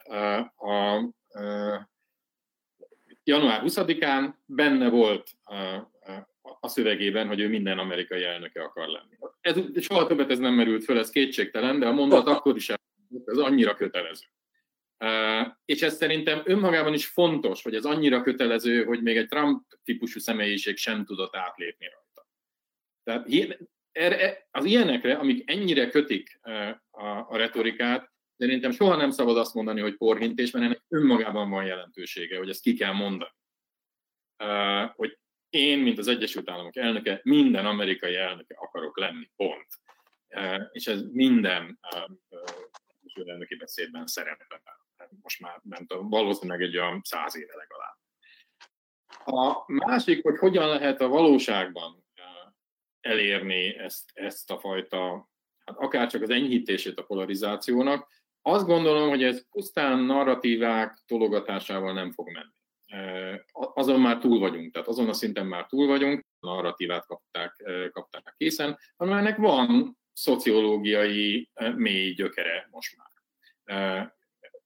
január 20-án benne volt a szövegében, hogy ő minden amerikai elnöke akar lenni. Soha többet ez nem merült föl, ez kétségtelen, de a mondat akkor is elmondta, ez annyira kötelező. És ez szerintem önmagában is fontos, hogy ez annyira kötelező, hogy még egy Trump típusú személyiség sem tudott átlépni rajta. Tehát az ilyenekre, amik ennyire kötik a retorikát, szerintem soha nem szabad azt mondani, hogy porhintés, mert ennek önmagában van jelentősége, hogy ezt ki kell mondani. Hogy én, mint az Egyesült Államok elnöke, minden amerikai elnöke akarok lenni, pont. És ez minden elnöki beszédben szerepel. Most már nem tudom, valószínűleg egy olyan 100 éve legalább. A másik, hogy hogyan lehet a valóságban elérni ezt a fajta, hát akár csak az enyhítését a polarizációnak, azt gondolom, hogy ez pusztán narratívák tologatásával nem fog menni. Azon már túl vagyunk, tehát azon a szinten már túl vagyunk, a narratívát kapták készen, amelynek van szociológiai mély gyökere most már.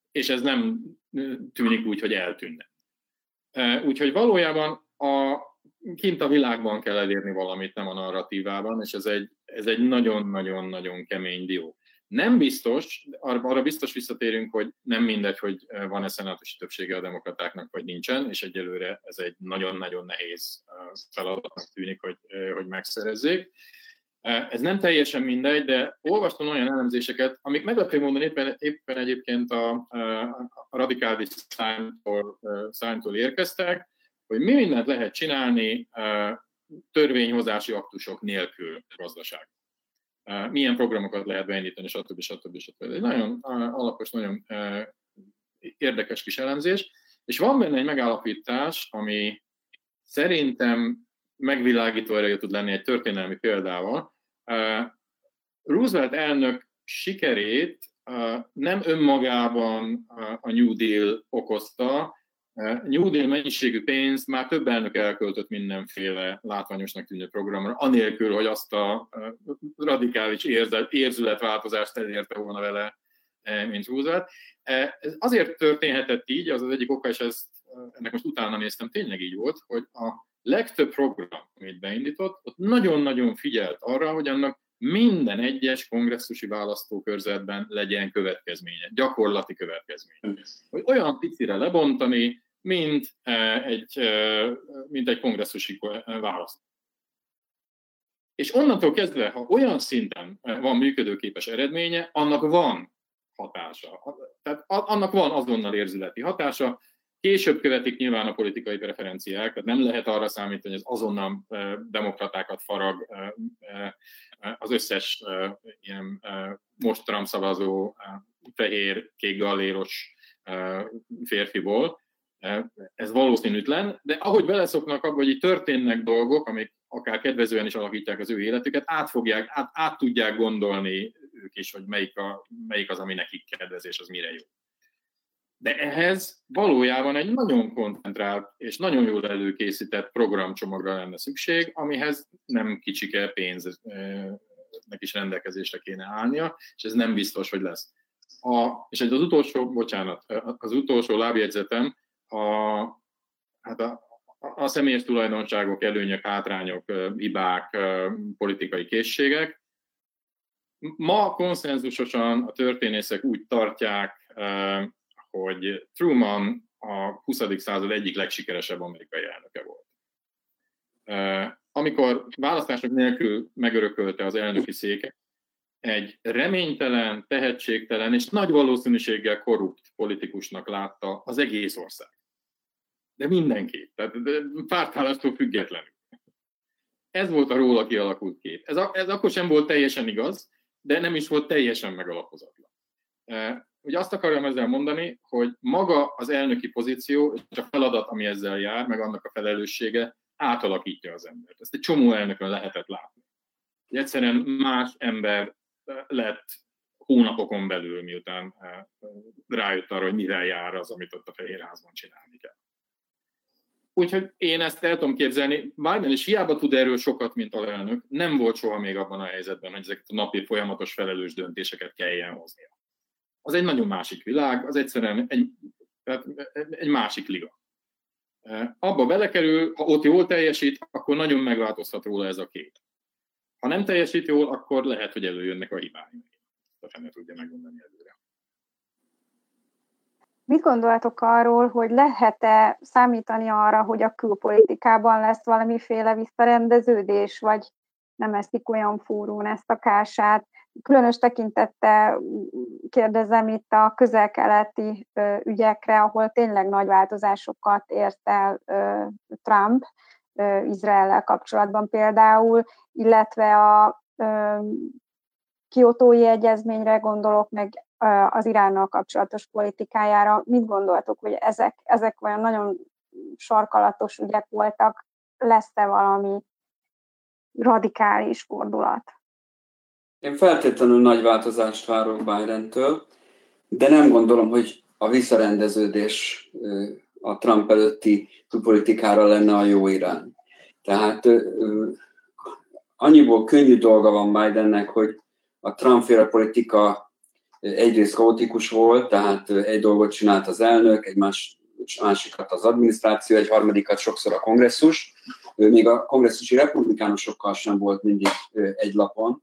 és ez nem tűnik úgy, hogy eltűnne. Úgyhogy valójában kint a világban kell elérni valamit, nem a narratívában, és ez egy nagyon-nagyon-nagyon kemény dió. Nem biztos, arra biztos visszatérünk, hogy nem mindegy, hogy van-e szenátusi többsége a demokratáknak, vagy nincsen, és egyelőre ez egy nagyon-nagyon nehéz feladatnak tűnik, hogy megszerezzék. Ez nem teljesen mindegy, de olvastam olyan elemzéseket, amik meglepő módon éppen egyébként a radikális szárnytól érkeztek, hogy mi mindent lehet csinálni törvényhozási aktusok nélkül gazdaság. Milyen programokat lehet beindítani, stb. Egy nagyon alapos, nagyon érdekes kis elemzés, és van benne egy megállapítás, ami szerintem megvilágító erejű tud lenni egy történelmi példával. Roosevelt elnök sikerét nem önmagában a New Deal okozta. New Deal mennyiségű pénzt már több elnök elköltött mindenféle látványosnak tűnő programra, anélkül, hogy azt a radikális érzületváltozást elérte volna vele, mint Roosevelt. Ez azért történhetett így, az egyik oka, és ennek most utána néztem, tényleg így volt, hogy a legtöbb program, amit beindított, ott nagyon-nagyon figyelt arra, hogy annak minden egyes kongresszusi választókörzetben legyen következménye, gyakorlati következménye. Hogy olyan picire lebontani, mint egy kongresszusi választó. És onnantól kezdve, ha olyan szinten van működőképes eredménye, annak van hatása. Tehát annak van azonnal érzületi hatása. Később követik nyilván a politikai preferenciák, tehát nem lehet arra számítani, hogy ez azonnal demokratákat farag az összes ilyen most Trump szavazó fehér, kék galléros férfiból. Ez valószínűtlen, de ahogy beleszoknak abba, hogy itt történnek dolgok, amik akár kedvezően is alakítják az ő életüket, át tudják gondolni ők is, hogy melyik az, ami nekik kedvez, és az mire jó. De ehhez valójában egy nagyon koncentrált és nagyon jól előkészített programcsomagra lenne szükség, amihez nem kicsike pénznek is rendelkezésre kéne állnia, és ez nem biztos, hogy lesz. És az utolsó lábjegyzetem a személyes tulajdonságok, előnyök, hátrányok, hibák, politikai készségek. Ma konszenzusosan a történészek úgy tartják, hogy Truman a 20. század egyik legsikeresebb amerikai elnöke volt. Amikor választások nélkül megörökölte az elnöki széket, egy reménytelen, tehetségtelen és nagy valószínűséggel korrupt politikusnak látta az egész ország. De mindenki, tehát pártállástól függetlenül. Ez volt a róla kialakult kép. Ez akkor sem volt teljesen igaz, de nem is volt teljesen megalapozatlan. Ugye azt akarom ezzel mondani, hogy maga az elnöki pozíció és a feladat, ami ezzel jár, meg annak a felelőssége átalakítja az embert. Ezt egy csomó elnökön lehetett látni. Egyszerűen más ember lett hónapokon belül, miután rájött arra, hogy mivel jár az, amit ott a Fehérházban csinálni kell. Úgyhogy én ezt el tudom képzelni. Biden is hiába tud erről sokat, mint alelnök, nem volt soha még abban a helyzetben, hogy ezeket a napi folyamatos felelős döntéseket kelljen hoznia. Az egy nagyon másik világ, az egyszerűen egy másik liga. Abba belekerül, ha ott jól teljesít, akkor nagyon megváltozhat róla ez a kép. Ha nem teljesít jól, akkor lehet, hogy előjönnek a hibái. A fene tudja megmondani előre. Mit gondoltok arról, hogy lehet-e számítani arra, hogy a külpolitikában lesz valamiféle visszarendeződés, vagy nem eszik olyan forrón ezt a kását? Különös tekintettel kérdezem itt a közel-keleti ügyekre, ahol tényleg nagy változásokat ért el Trump, Izraellel kapcsolatban például, illetve a Kiotói egyezményre gondolok, meg az Iránnal kapcsolatos politikájára. Mit gondoltok, hogy ezek olyan nagyon sarkalatos ügyek voltak, lesz-e valami radikális fordulat? Én feltétlenül nagy változást várok Bidentől, de nem gondolom, hogy a visszarendeződés a Trump előtti külpolitikára lenne a jó irány. Tehát annyiból könnyű dolga van Bidennek, hogy a Trump-féle politika egyrészt kaotikus volt, tehát egy dolgot csinált az elnök, egy másikat az adminisztráció, egy harmadikat sokszor a kongresszus. Még a kongresszusi republikánusokkal sem volt mindig egy lapon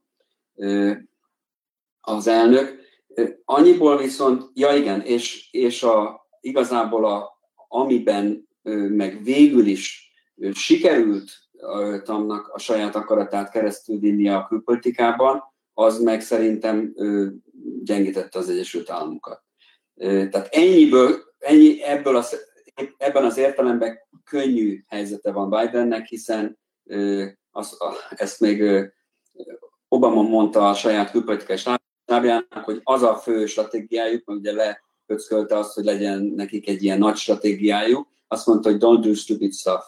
az elnök. Annyiból viszont, ja igen, és igazából amiben meg végül is sikerült Trumpnak a saját akaratát keresztül vinni a külpolitikában, az meg szerintem gyengítette az Egyesült Államokat. Tehát ebben az értelemben könnyű helyzete van Bidennek, hiszen ezt még Obama mondta a saját külpolitikai stábjának, hogy az a fő stratégiájuk, mert ugye lepöckölte azt, hogy legyen nekik egy ilyen nagy stratégiájuk, azt mondta, hogy don't do stupid stuff.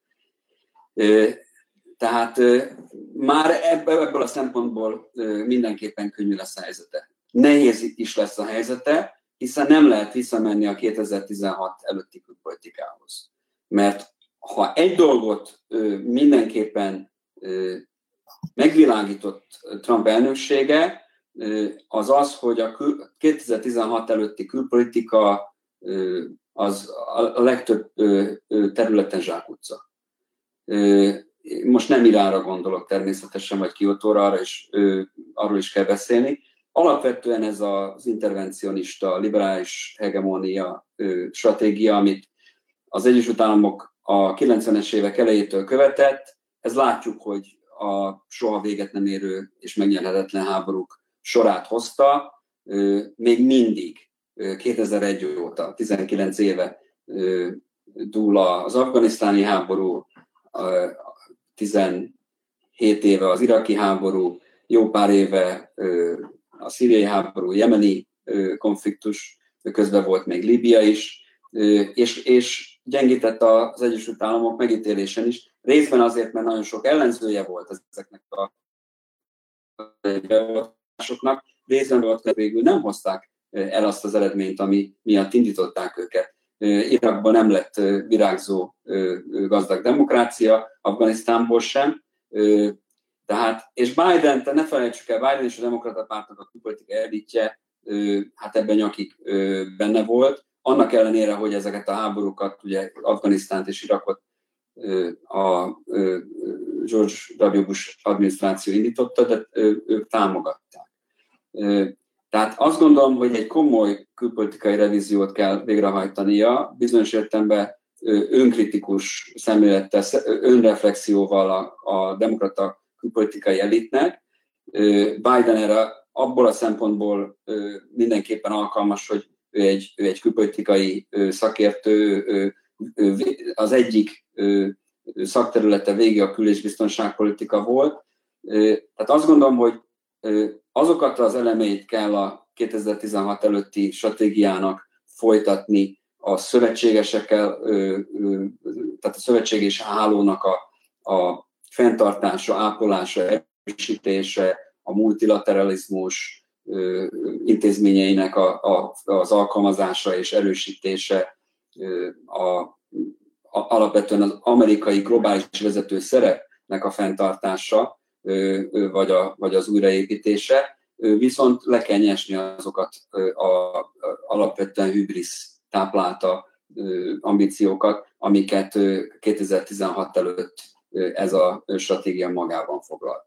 Tehát már ebből a szempontból mindenképpen könnyű lesz a helyzete. Nehéz is lesz a helyzete, hiszen nem lehet visszamenni a 2016 előtti külpolitikához. Mert ha egy dolgot mindenképpen megvilágított Trump elnöksége, az az, hogy a 2016 előtti külpolitika az a legtöbb területen zsákutca. Most nem Iránra gondolok természetesen, vagy Kiotóra, arról is kell beszélni. Alapvetően ez az intervencionista, liberális hegemónia stratégia, amit az Egyesült Államok a 90-es évek elejétől követett, ez látjuk, hogy a soha véget nem érő és megnyerhetetlen háborúk sorát hozta, még mindig 2001 óta, 19 éve dúl az afganisztáni háború, 17 éve az iraki háború, jó pár éve a szíriai háború, jemeni konfliktus, közben volt még Líbia is, és gyengített az Egyesült Államok megítélésen is, részben azért, mert nagyon sok ellenzője volt ezeknek a beavatásoknak, részben volt, mert végül nem hozták el azt az eredményt, ami miatt indították őket. Irakban nem lett virágzó gazdag demokrácia, Afganisztánból sem. Tehát, és Biden, ne felejtsük el, Biden és a demokrata pártnak a külpolitikai elitje, hát ebben nyakig benne volt, annak ellenére, hogy ezeket a háborúkat, ugye Afganisztánt és Irakot a George W. Bush adminisztráció indította, de ők támogatták. Tehát azt gondolom, hogy egy komoly külpolitikai revíziót kell végrehajtania, bizonyos értelemben önkritikus szemlélettel, önreflexióval a demokrata külpolitikai elitnek. Biden erre abból a szempontból mindenképpen alkalmas, hogy ő egy külpolitikai szakértő, az egyik szakterülete végig a kül- és biztonságpolitika volt. Tehát azt gondolom, hogy azokat az elemeit kell a 2016 előtti stratégiának folytatni a szövetségesekkel, tehát a szövetség és hálónak a fenntartása, ápolása, erősítése, a multilateralizmus intézményeinek az alkalmazása és erősítése, alapvetően az amerikai globális vezető szerepnek a fenntartása, vagy az újraépítése, viszont le kell nyesni azokat alapvetően hübrisz táplálta ambíciókat, amiket 2016 előtt ez a stratégia magában foglal.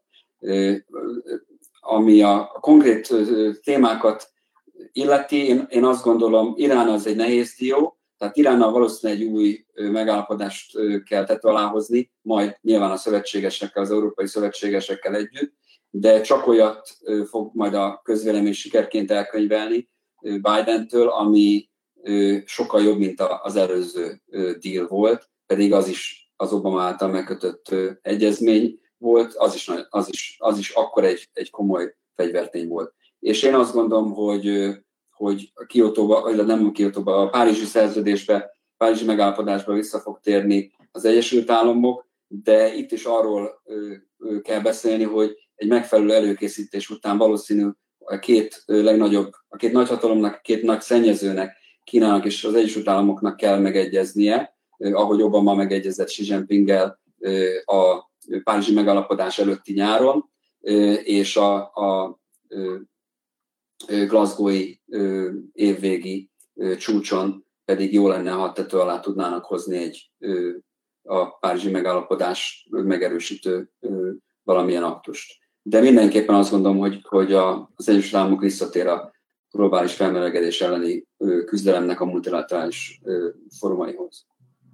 Ami a konkrét témákat illeti, én azt gondolom, Irán az egy nehéz dió, tehát Iránnal valószínűleg egy új megállapodást kell tető alá hozni, majd nyilván a szövetségesekkel, az európai szövetségesekkel együtt, de csak olyat fog majd a közvélemény sikerként elkönyvelni Bidentől, ami sokkal jobb, mint az előző deal volt, pedig az is az Obama által megkötött egyezmény volt, az is akkor egy komoly fegyvertény volt. És én azt gondolom, hogy Kiotóba, vagy nem Kiotóba, a Párizsi szerződésbe, Párizsi megállapodásba vissza fog térni az Egyesült Államok, de itt is arról kell beszélni, hogy egy megfelelő előkészítés után valószínű a két nagyhatalomnak, a két nagy szennyezőnek, Kínának és az Egyesült Államoknak kell megegyeznie, ahogy Obama megegyezett Xi Jinpinggel a Párizsi megállapodás előtti nyáron, és Glasgow-i évvégi csúcson pedig jó lenne, ha tető alá tudnának hozni a párizsi megállapodás megerősítő valamilyen aktust. De mindenképpen azt gondolom, hogy az Egyesült Államok visszatér a globális felmelegedés elleni küzdelemnek a multilaterális formaihoz.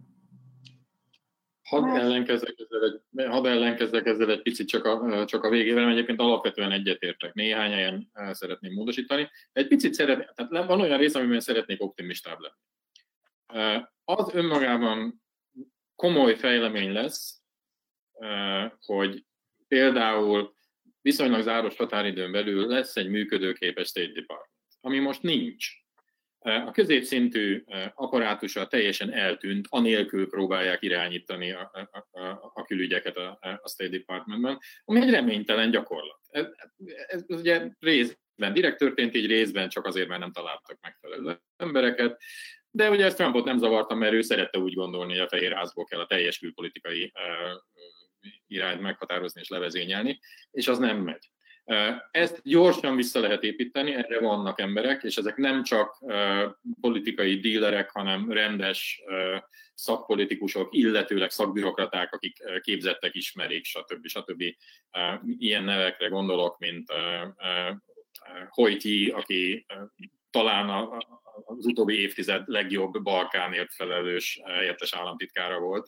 Hadd ellenkezzek ezzel egy picit csak a végével, mert egyébként alapvetően egyetértek. Néhány helyen szeretném módosítani. Egy picit tehát van olyan rész, amiben szeretnék optimistább lenni. Az önmagában komoly fejlemény lesz, hogy például viszonylag záros határidőn belül lesz egy működőképes State Department, ami most nincs. A középszintű apparátusa teljesen eltűnt, anélkül próbálják irányítani a külügyeket a State Departmentben, ami egy reménytelen gyakorlat. Ez ugye részben direkt történt, így részben csak azért, mert nem találtak megfelelő embereket, de ugye ezt Trumpot nem zavarta, mert ő szerette úgy gondolni, hogy a Fehérházból kell a teljes külpolitikai irányt meghatározni és levezényelni, és az nem megy. Ezt gyorsan vissza lehet építeni, erre vannak emberek, és ezek nem csak politikai dílerek, hanem rendes szakpolitikusok, illetőleg szakbürokraták, akik képzettek, ismerik, stb. Ilyen nevekre gondolok, mint Hojti, aki talán az utóbbi évtized legjobb Balkánért felelős helyettes államtitkára volt.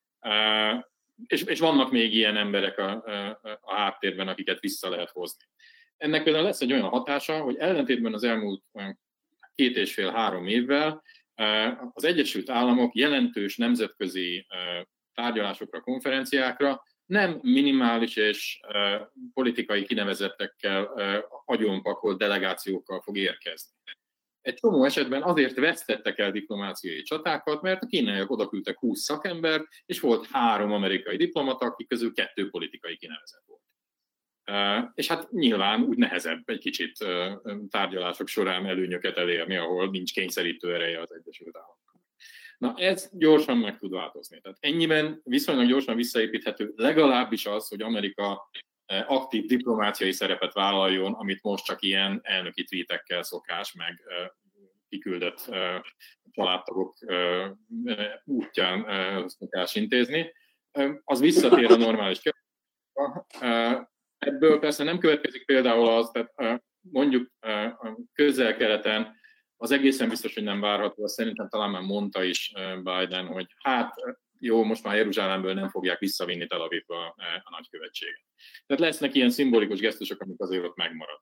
És vannak még ilyen emberek a háttérben, akiket vissza lehet hozni. Ennek például lesz egy olyan hatása, hogy ellentétben az elmúlt 2,5-3 évvel az Egyesült Államok jelentős nemzetközi tárgyalásokra, konferenciákra nem minimális és politikai kinevezettekkel, agyonpakolt delegációkkal fog érkezni. Egy csomó esetben azért vesztettek el diplomáciai csatákat, mert a kínaiak odaküldtek 20 szakembert, és volt 3 amerikai diplomata, akik közül 2 politikai kinevezett volt. És hát nyilván úgy nehezebb egy kicsit tárgyalások során előnyöket elérni, ahol nincs kényszerítő ereje az Egyesült Államoknak. Na ez gyorsan meg tud változni. Tehát ennyiben viszonylag gyorsan visszaépíthető legalábbis az, hogy Amerika aktív diplomáciai szerepet vállaljon, amit most csak ilyen elnöki tweetekkel szokás, meg kiküldött családtagok útján szokás intézni. Az visszatér a normális keretbe. Ebből persze nem következik például az, tehát mondjuk Közel-Keleten az egészen biztos, hogy nem várható, azt szerintem talán már mondta is Biden, hogy hát jó, most már Jeruzsálemből nem fogják visszavinni Tel Avivba a nagykövetséget. Tehát lesznek ilyen szimbolikus gesztusok, amik azért ott megmarad.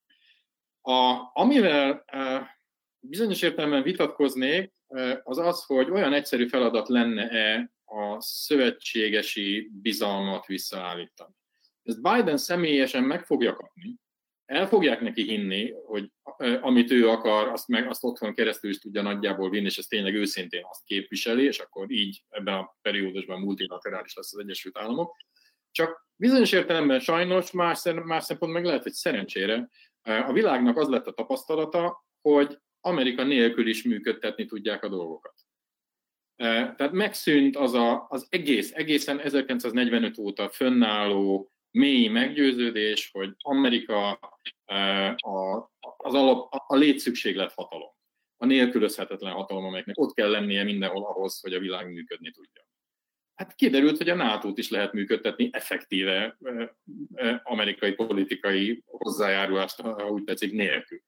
Amivel bizonyos értelemben vitatkoznék, az az, hogy olyan egyszerű feladat lenne-e a szövetségesi bizalmat visszaállítani. Ezt Biden személyesen meg fogja kapni, el fogják neki hinni, hogy amit ő akar, azt otthon keresztül is tudja nagyjából vinni, és ez tényleg őszintén azt képviseli, és akkor így ebben a periódusban multilaterális lesz az Egyesült Államok. Csak bizonyos értelemben sajnos, más szempont meg lehet, hogy szerencsére a világnak az lett a tapasztalata, hogy Amerika nélkül is működtetni tudják a dolgokat. Tehát megszűnt az egészen 1945 óta fönnálló mély meggyőződés, hogy Amerika a létszükséglet hatalom, a nélkülözhetetlen hatalom, amelyeknek ott kell lennie mindenhol ahhoz, hogy a világ működni tudja. Hát kiderült, hogy a NATO-t is lehet működtetni effektíve amerikai politikai hozzájárulást, ha úgy tetszik, nélkül.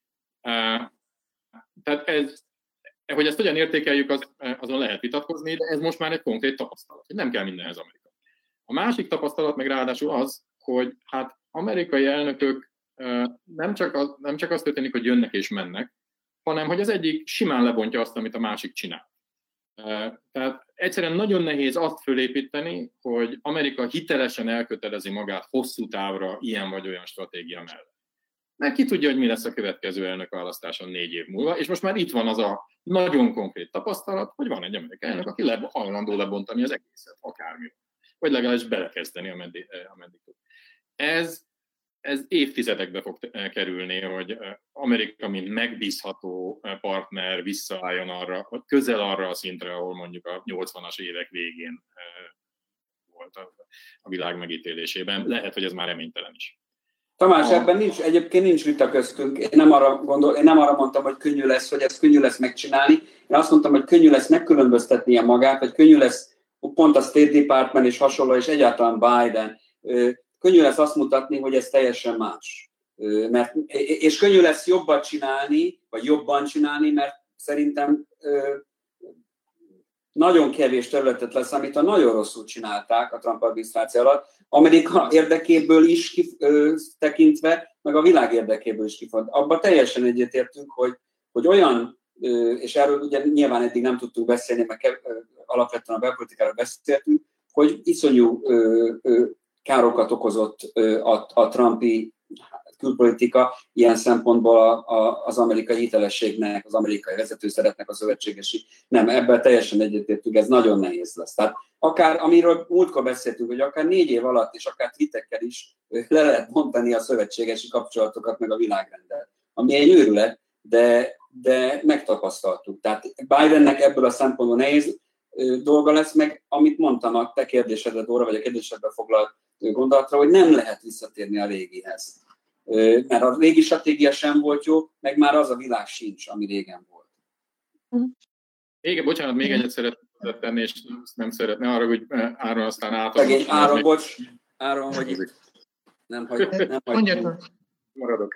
Tehát hogy ezt hogyan értékeljük, azon lehet vitatkozni, de ez most már egy konkrét tapasztalat, hogy nem kell mindenhez Amerika. A másik tapasztalat meg ráadásul az, hogy hát amerikai elnökök nem csak az történik, hogy jönnek és mennek, hanem hogy az egyik simán lebontja azt, amit a másik csinál. Tehát egyszerűen nagyon nehéz azt fölépíteni, hogy Amerika hitelesen elkötelezi magát hosszú távra ilyen vagy olyan stratégia mellett. Mert ki tudja, hogy mi lesz a következő elnökválasztáson 4 év múlva, és most már itt van az a nagyon konkrét tapasztalat, hogy van egy amerikai elnök, aki hajlandó lebontani az egészet, akármi. Vagy legalábbis belekezdeni, ameddig tud. Ez évtizedekbe fog kerülni, hogy Amerika, mint megbízható partner visszaálljon arra, vagy közel arra a szintre, ahol mondjuk a 80-as évek végén volt a világ megítélésében. Lehet, hogy ez már reménytelen is. Tamás, ebben egyébként nincs vita köztünk. Én nem arra mondtam, hogy könnyű lesz, hogy ezt könnyű lesz megcsinálni. Én azt mondtam, hogy könnyű lesz megkülönböztetnie magát, vagy könnyű lesz pont a State Department és hasonló, és egyáltalán Biden. Könnyű lesz azt mutatni, hogy ez teljesen más. És könnyű lesz jobban csinálni, mert szerintem nagyon kevés területet leszámítva nagyon rosszul csinálták a Trump adminisztráció alatt, Amerika érdekéből is tekintve, meg a világ érdekéből is kifont. Abban teljesen egyetértünk, hogy olyan, és erről ugye nyilván eddig nem tudtunk beszélni, mert alapvetően a belpolitikáról beszéltünk, hogy iszonyú károkat okozott a trumpi külpolitika, ilyen szempontból az amerikai hitelességnek, az amerikai vezetőszeretnek, a szövetségesi. Nem, ebben teljesen egyetértünk, ez nagyon nehéz lesz. Tehát akár, amiről múltkor beszéltünk, hogy akár 4 év alatt, és akár tweetekkel is le lehet mondani a szövetségesi kapcsolatokat, meg a világrendet. Ami egy őrület, de megtapasztaltuk. Tehát Bidennek ebből a szempontból nehéz dolga lesz, meg amit mondtam a te kérdésedre, Dóra, vagy a kérdésedbe foglalt gondolatra, hogy nem lehet visszatérni a régihez. Mert a régi stratégia sem volt jó, meg már az a világ sincs, ami régen volt. Igen, bocsánat, még egyet szeretném tenni, és nem szeretne arra, hogy Áron aztán átadom. Áron, bocs. Áron, hogy itt nem hagy. Maradok.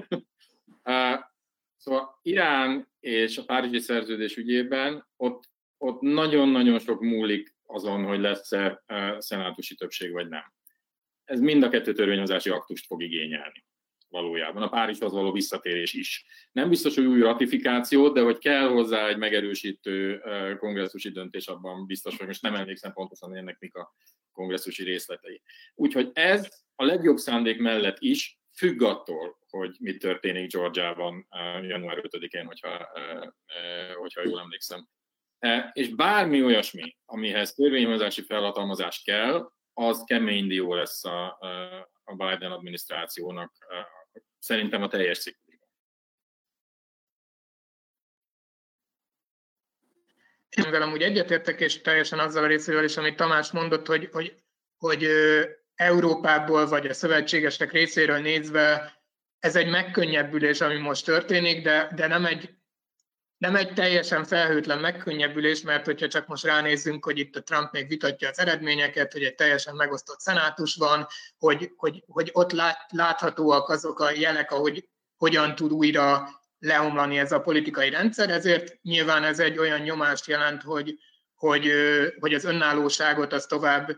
Szóval Irán és a Párizsi Szerződés ügyében ott nagyon-nagyon sok múlik azon, hogy lesz-e szenátusi többség, vagy nem. Ez mind a 2 törvényhozási aktust fog igényelni valójában. A Párizshoz való visszatérés is. Nem biztos, hogy új ratifikációt, de hogy kell hozzá egy megerősítő kongresszusi döntés, abban biztos, hogy most nem emlékszem pontosan ennek mik a kongresszusi részletei. Úgyhogy ez a legjobb szándék mellett is függ attól, hogy mi történik Georgiában január 5-én, hogyha jól emlékszem. És bármi olyasmi, amihez törvényhozási felhatalmazás kell, az kemény dió lesz a Biden adminisztrációnak szerintem a teljes ciklusban. Én velem úgy egyetértek, és teljesen azzal a részével is, amit Tamás mondott, hogy Európából vagy a szövetségesek részéről nézve ez egy megkönnyebbülés, ami most történik, de nem egy teljesen felhőtlen megkönnyebbülés, mert hogyha csak most ránézzünk, hogy itt a Trump még vitatja az eredményeket, hogy egy teljesen megosztott szenátus van, hogy ott láthatóak azok a jelek, ahogy hogyan tud újra leomlani ez a politikai rendszer, ezért nyilván ez egy olyan nyomást jelent, hogy az önállóságot az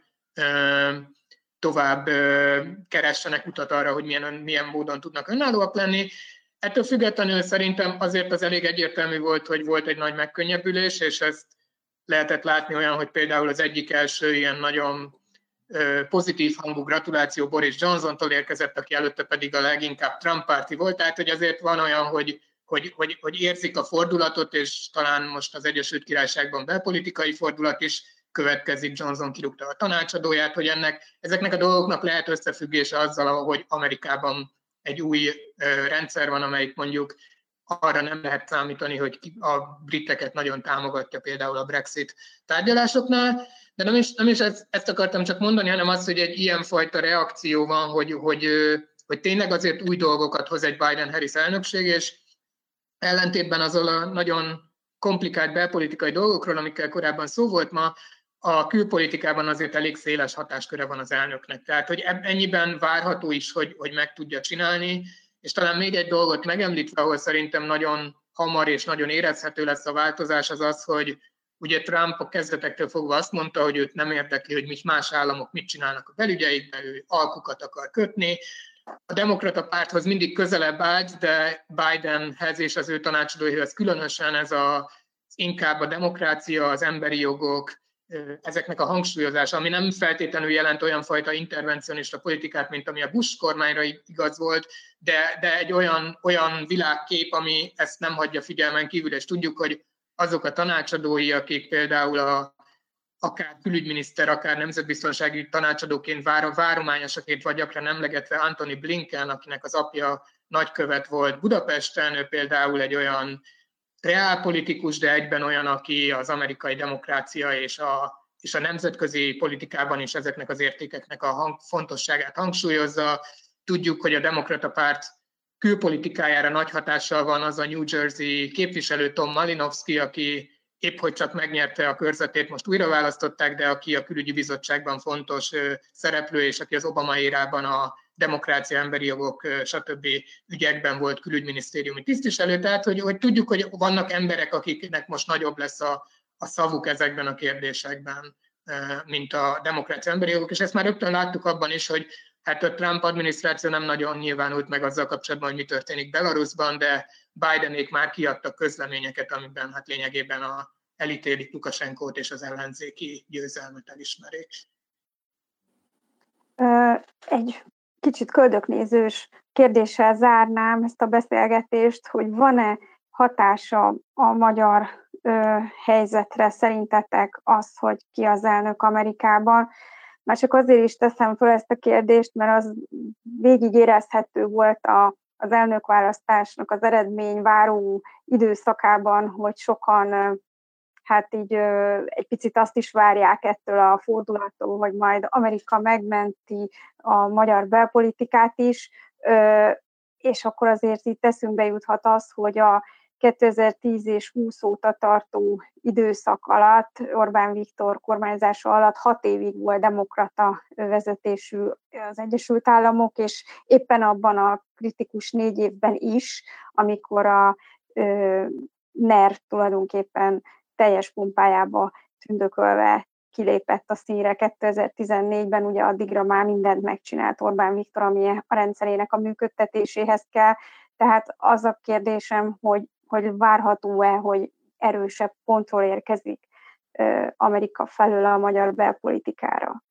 tovább keressenek utat arra, hogy milyen módon tudnak önállóak lenni. Ettől függetlenül szerintem azért az elég egyértelmű volt, hogy volt egy nagy megkönnyebbülés, és ezt lehetett látni olyan, hogy például az egyik első ilyen nagyon pozitív hangú gratuláció Boris Johnsontól érkezett, aki előtte pedig a leginkább Trump párti volt, tehát hogy azért van olyan, hogy érzik a fordulatot, és talán most az Egyesült Királyságban belpolitikai fordulat is következik, Johnson kirúgta a tanácsadóját, hogy ezeknek a dolgoknak lehet összefüggése azzal, hogy Amerikában egy új rendszer van, amelyik mondjuk arra nem lehet számítani, hogy a briteket nagyon támogatja például a Brexit tárgyalásoknál, de nem is ezt akartam csak mondani, hanem az, hogy egy ilyenfajta reakció van, hogy tényleg azért új dolgokat hoz egy Biden-Harris elnökség, és ellentétben azzal a nagyon komplikált belpolitikai dolgokról, amikkel korábban szó volt ma, a külpolitikában azért elég széles hatásköre van az elnöknek. Tehát, hogy ennyiben várható is, hogy meg tudja csinálni, és talán még egy dolgot megemlítve, ahol szerintem nagyon hamar és nagyon érezhető lesz a változás, az az, hogy ugye Trump a kezdetektől fogva azt mondta, hogy őt nem érdekli, hogy más államok mit csinálnak a belügyeikben, ő alkukat akar kötni. A demokrata párthoz mindig közelebb állt, de Bidenhez és az ő tanácsadóihoz különösen ez inkább a demokrácia, az emberi jogok, ezeknek a hangsúlyozása, ami nem feltétlenül jelent olyan fajta intervencionista politikát, mint ami a Bush kormányra igaz volt, de egy olyan világkép, ami ezt nem hagyja figyelmen kívül, és tudjuk, hogy azok a tanácsadói, akik például akár külügyminiszter, akár nemzetbiztonsági tanácsadóként, várományosaként vagy gyakran emlegetve Antony Blinken, akinek az apja nagykövet volt Budapesten, ő például egy olyan reálpolitikus, de egyben olyan, aki az amerikai demokrácia és a nemzetközi politikában is ezeknek az értékeknek a fontosságát hangsúlyozza. tudjuk, hogy a demokrata párt külpolitikájára nagy hatással van az a New Jersey képviselő Tom Malinowski, aki épp hogy csak megnyerte a körzetét, most újra választották, de aki a külügyi bizottságban fontos szereplő, és aki az Obama érában a demokrácia, emberi jogok, stb. Ügyekben volt külügyminisztériumi tisztviselő. Tehát, hogy tudjuk, hogy vannak emberek, akiknek most nagyobb lesz a szavuk ezekben a kérdésekben, mint a demokrácia, emberi jogok, és ezt már rögtön láttuk abban is, hogy hát a Trump adminisztráció nem nagyon nyilvánult meg azzal kapcsolatban, hogy mi történik Belarusban, de Bidenék már kiadtak közleményeket, amiben hát lényegében elítélik Lukasenkót és az ellenzéki győzelmet elismerik. Egy kicsit köldöknézős kérdéssel zárnám ezt a beszélgetést, hogy van-e hatása a magyar helyzetre szerintetek az, hogy ki az elnök Amerikában? Már csak azért is teszem fel ezt a kérdést, mert az végig érezhető volt az elnökválasztásnak az eredményváró időszakában, hogy sokan hát így egy picit azt is várják ettől a fordulattól, hogy majd Amerika megmenti a magyar belpolitikát is, és akkor azért itt eszünkbe juthat az, hogy a 2010 és 20 óta tartó időszak alatt, Orbán Viktor kormányzása alatt 6 évig volt demokrata vezetésű az Egyesült Államok, és éppen abban a kritikus 4 évben is, amikor a NER tulajdonképpen teljes pumpájába tündökölve kilépett a színre 2014-ben, ugye addigra már mindent megcsinált Orbán Viktor, ami a rendszerének a működtetéséhez kell. Tehát az a kérdésem, hogy várható-e, hogy erősebb kontroll érkezik Amerika felől a magyar belpolitikára?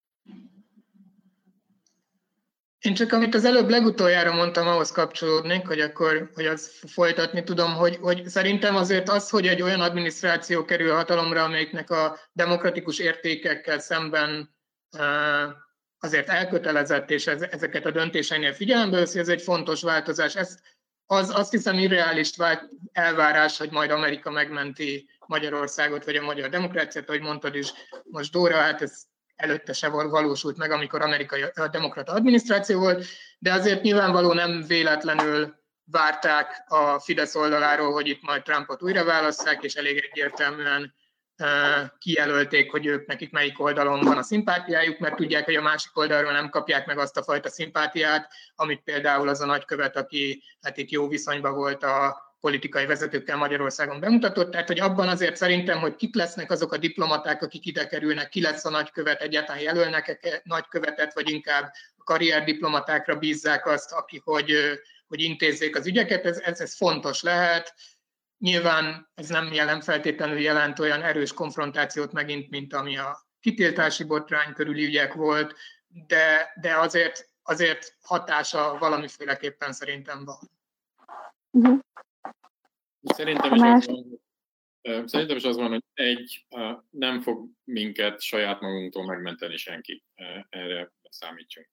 Én csak amit az előbb legutoljára mondtam, ahhoz kapcsolódnék, hogy azt folytatni tudom, hogy szerintem azért az, hogy egy olyan adminisztráció kerül hatalomra, amelyiknek a demokratikus értékekkel szemben azért elkötelezett, és ezeket a döntéseinél figyelembe veszi, ez egy fontos változás. Azt hiszem irreális elvárás, hogy majd Amerika megmenti Magyarországot, vagy a magyar demokráciát, ahogy mondtad is most, Dóra, hát ez előtte se valósult meg, amikor amerikai demokrata adminisztráció volt, de azért nyilvánvaló nem véletlenül várták a Fidesz oldaláról, hogy itt majd Trumpot újra válasszák, és elég egyértelműen kijelölték, hogy nekik melyik oldalon van a szimpátiájuk, mert tudják, hogy a másik oldalról nem kapják meg azt a fajta szimpátiát, amit például az a nagykövet, aki hát itt jó viszonyban volt a politikai vezetőkkel Magyarországon bemutatott. Tehát, hogy abban azért szerintem, hogy kik lesznek azok a diplomaták, akik ide kerülnek, ki lesz a nagykövet, egyáltalán jelölnek nagykövetet, vagy inkább a karrierdiplomatákra bízzák azt, aki hogy intézzék az ügyeket, ez fontos lehet. Nyilván ez nem feltétlenül jelent olyan erős konfrontációt megint, mint ami a kitiltási botrány körüli ügyek volt, de azért hatása valamiféleképpen szerintem van. Uh-huh. Szerintem is az van, hogy nem fog minket saját magunktól megmenteni senki. Erre számítsunk.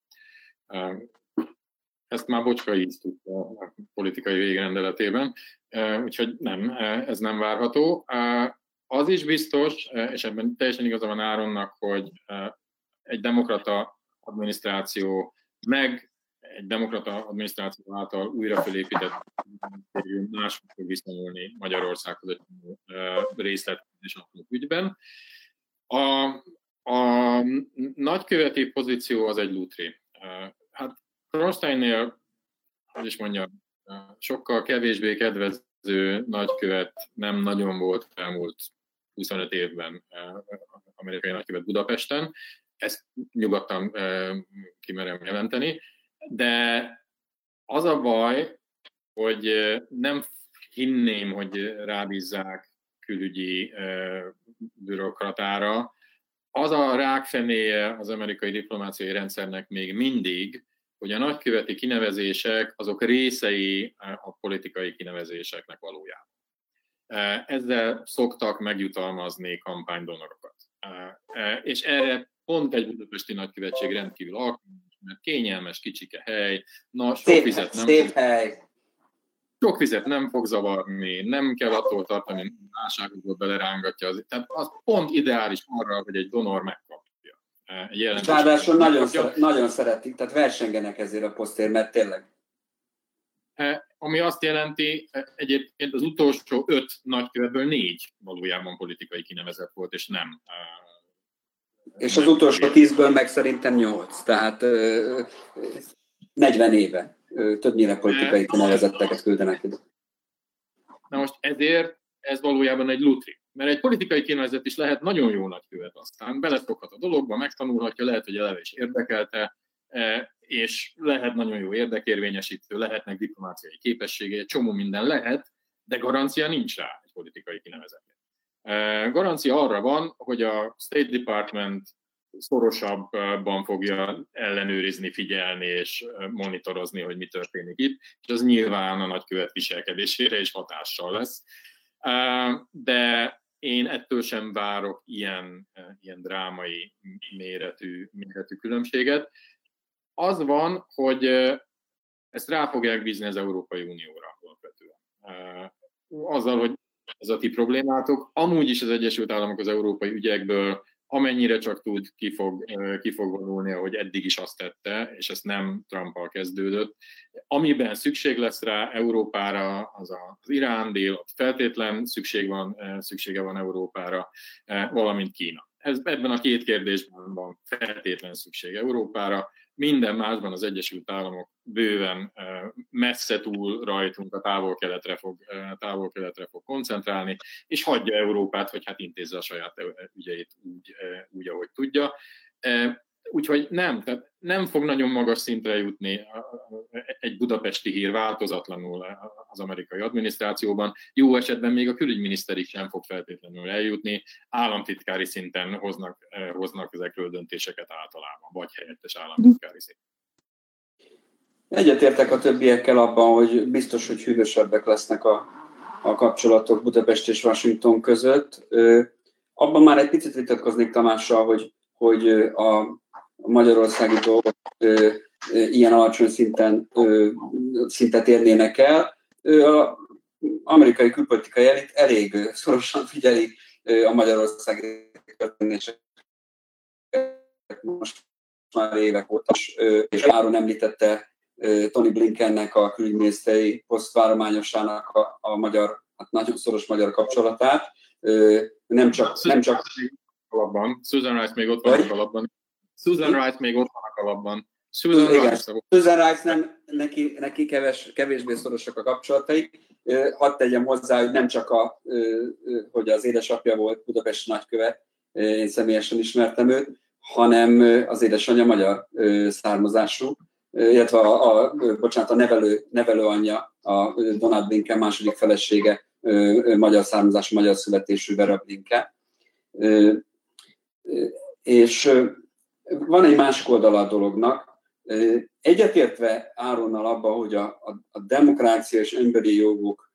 Ezt már Bocska így tudta a politikai végrendeletében, úgyhogy nem, ez nem várható. Az is biztos, és ebben teljesen igaza van Áronnak, hogy egy demokrata adminisztráció egy demokrata adminisztráció által újra felépített máshogy fog viszonyulni Magyarországhoz egy részlet és apró ügyben. A nagyköveti pozíció az egy lútré. Hát Kronsteinnél, hogy is mondjam, sokkal kevésbé kedvező nagykövet nem nagyon volt elmúlt 25 évben amerikai nagykövet Budapesten. Ezt nyugodtan kimerem jelenteni. De az a baj, hogy nem hinném, hogy rábízzák külügyi bürokratára. Az a rákfenéje az amerikai diplomáciai rendszernek még mindig, hogy a nagyköveti kinevezések azok részei a politikai kinevezéseknek valójában. Ezzel szoktak megjutalmazni kampánydonorokat. És erre pont egy budapesti nagykövetség rendkívül alkalmas, mert kényelmes, kicsike hely, sok vizet nem fog zavarni, nem kell attól tartani, hogy válságokból belerángatja. Tehát az pont ideális arra, hogy egy donor megkapja. Ráadásul nagyon szeretik, tehát versengenek ezért a posztért, mert tényleg. Ami azt jelenti, egyébként az utolsó 5 nagykövetből 4 valójában politikai kinevezett volt, és nem. És az utolsó 10-ből meg szerintem 8, tehát 40 éve többnyire politikai kinevezetteket küldenek ide. Na most ezért ez valójában egy lutri. Mert egy politikai kinevezett is lehet nagyon jó nagykövet, aztán beleszokhat a dologba, megtanulhatja, lehet, hogy eleve is érdekelte, és lehet nagyon jó érdekérvényesítő, lehetnek diplomáciai képességei, csomó minden lehet, de garancia nincs rá egy politikai kinevezetnek. Garancia arra van, hogy a State Department szorosabban fogja ellenőrizni, figyelni és monitorozni, hogy mi történik itt, és az nyilván a nagykövet viselkedésére is hatással lesz. De én ettől sem várok ilyen drámai méretű különbséget. Az van, hogy ezt rá fogják bízni az Európai Unióra alapvetően. Azzal, hogy ez a ti problémátok, amúgy is az Egyesült Államok az európai ügyekből amennyire csak tud, ki fog vonulni, ahogy eddig is azt tette, és ez nem Trumpal kezdődött. Amiben szükség lesz rá Európára, az Irán dél, ott feltétlen szüksége van Európára, valamint Kína. Ebben a 2 kérdésben van feltétlen szükség Európára, minden másban az Egyesült Államok bőven messze túl rajtunk a távol-keletre fog koncentrálni, és hagyja Európát, hogy hát intézze a saját ügyeit úgy ahogy tudja. Úgyhogy tehát nem fog nagyon magas szintre jutni egy budapesti hír változatlanul az amerikai adminisztrációban. Jó esetben még a külügyminiszterig sem fog feltétlenül eljutni. Államtitkári szinten hoznak ezekről döntéseket általában, vagy helyettes államtitkári szinten. Egyetértek a többiekkel abban, hogy biztos, hogy hűvösebbek lesznek a kapcsolatok Budapest és Washington között. Abban már egy picit vitatkoznék Tamással, hogy a magyarországi dolgok ilyen alacsony szintet érnének el. Az amerikai külpolitikai elit elég szorosan figyeli a magyarországi történéseket most már évek óta, és Áron említette Tony Blinkennek, a külügyminiszteri posztvárományosának a magyar, hát nagyon szoros magyar kapcsolatát. Nem csak alapban. Susan Rice még ott van a alapban. Susan Rice neki kevésbé szorosak a kapcsolatai. Hadd tegyem hozzá, hogy nem csak hogy az édesapja volt budapesti nagykövet, én személyesen ismertem őt, hanem az édesanyja magyar származású, illetve a nevelőanyja, a Donald Blinken második felesége, magyar származású, magyar születésű Vera Blinken. És van egy másik oldala a dolognak. Egyetértve Áronnal abban, hogy a demokrácia és emberi jogok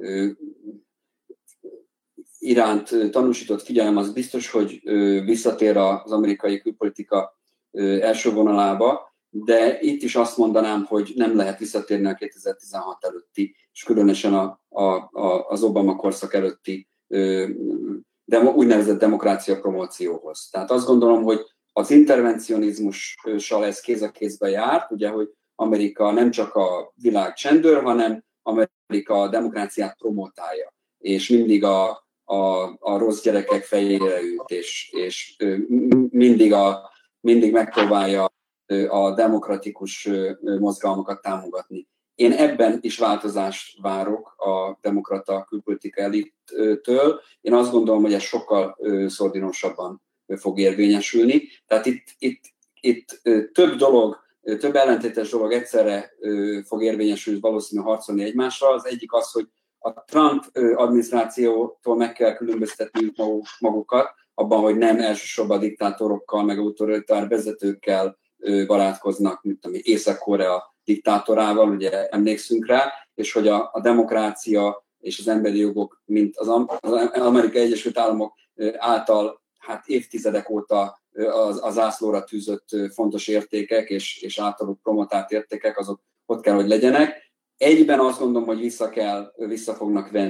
iránt tanúsított figyelem az biztos, hogy visszatér az amerikai külpolitika első vonalába, de itt is azt mondanám, hogy nem lehet visszatérni a 2016 előtti, és különösen az Obama korszak előtti úgynevezett demokrácia promócióhoz. Tehát azt gondolom, hogy az intervencionizmussal ez kéz a kézbe járt, ugye, hogy Amerika nem csak a világ csendőr, hanem Amerika a demokráciát promotálja, és mindig a rossz gyerekek fejére üt, és mindig megpróbálja a demokratikus mozgalmakat támogatni. Én ebben is változást várok a demokrata külpolitika elittől. Én azt gondolom, hogy ez sokkal szordinosabban fog érvényesülni. Tehát itt több ellentétes dolog egyszerre fog érvényesülni, valószínűleg harcolni egymással. Az egyik az, hogy a Trump adminisztrációtól meg kell különböztetniük magukat, abban, hogy nem elsősorban diktátorokkal, meg autoritár vezetőkkel barátkoznak, mint ami Észak-Korea diktátorával, ugye emlékszünk rá, és hogy a demokrácia és az emberi jogok, mint az Amerikai Egyesült Államok által hát évtizedek óta az zászlóra tűzött fontos értékek és általuk promotált értékek, azok ott kell, hogy legyenek. Egyben azt gondolom, hogy vissza fognak venni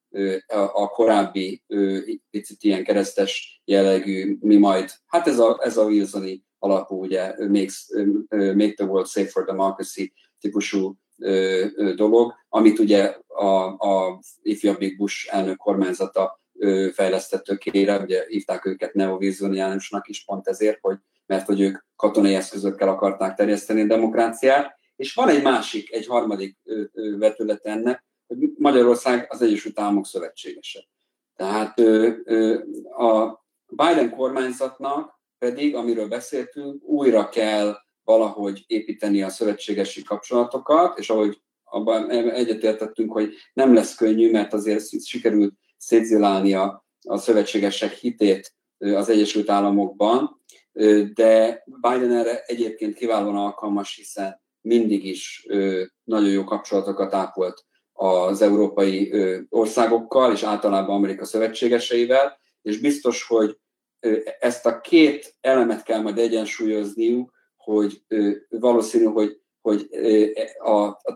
a korábbi picit ilyen keresztes jellegű, mi majd, hát ez a Wilsoni alapú, ugye, make the world safe for democracy típusú dolog, amit ugye a ifjabbik Bush elnök kormányzata fejlesztett tökére, ugye hívták őket neovizionáriusnak is pont ezért, mert hogy ők katonai eszközökkel akarták terjeszteni a demokráciát, és van egy harmadik vetület ennek, hogy Magyarország az Egyesült Államok szövetségese. Tehát a Biden kormányzatnak pedig, amiről beszéltünk, újra kell valahogy építeni a szövetségesi kapcsolatokat, és ahogy abban egyetértettünk, hogy nem lesz könnyű, mert azért sikerült szétzilálni a szövetségesek hitét az Egyesült Államokban, de Biden erre egyébként kiválóan alkalmas, hiszen mindig is nagyon jó kapcsolatokat ápolt az európai országokkal, és általában Amerika szövetségeseivel, és biztos, hogy ezt a két elemet kell majd egyensúlyozniuk, hogy valószínű, hogy a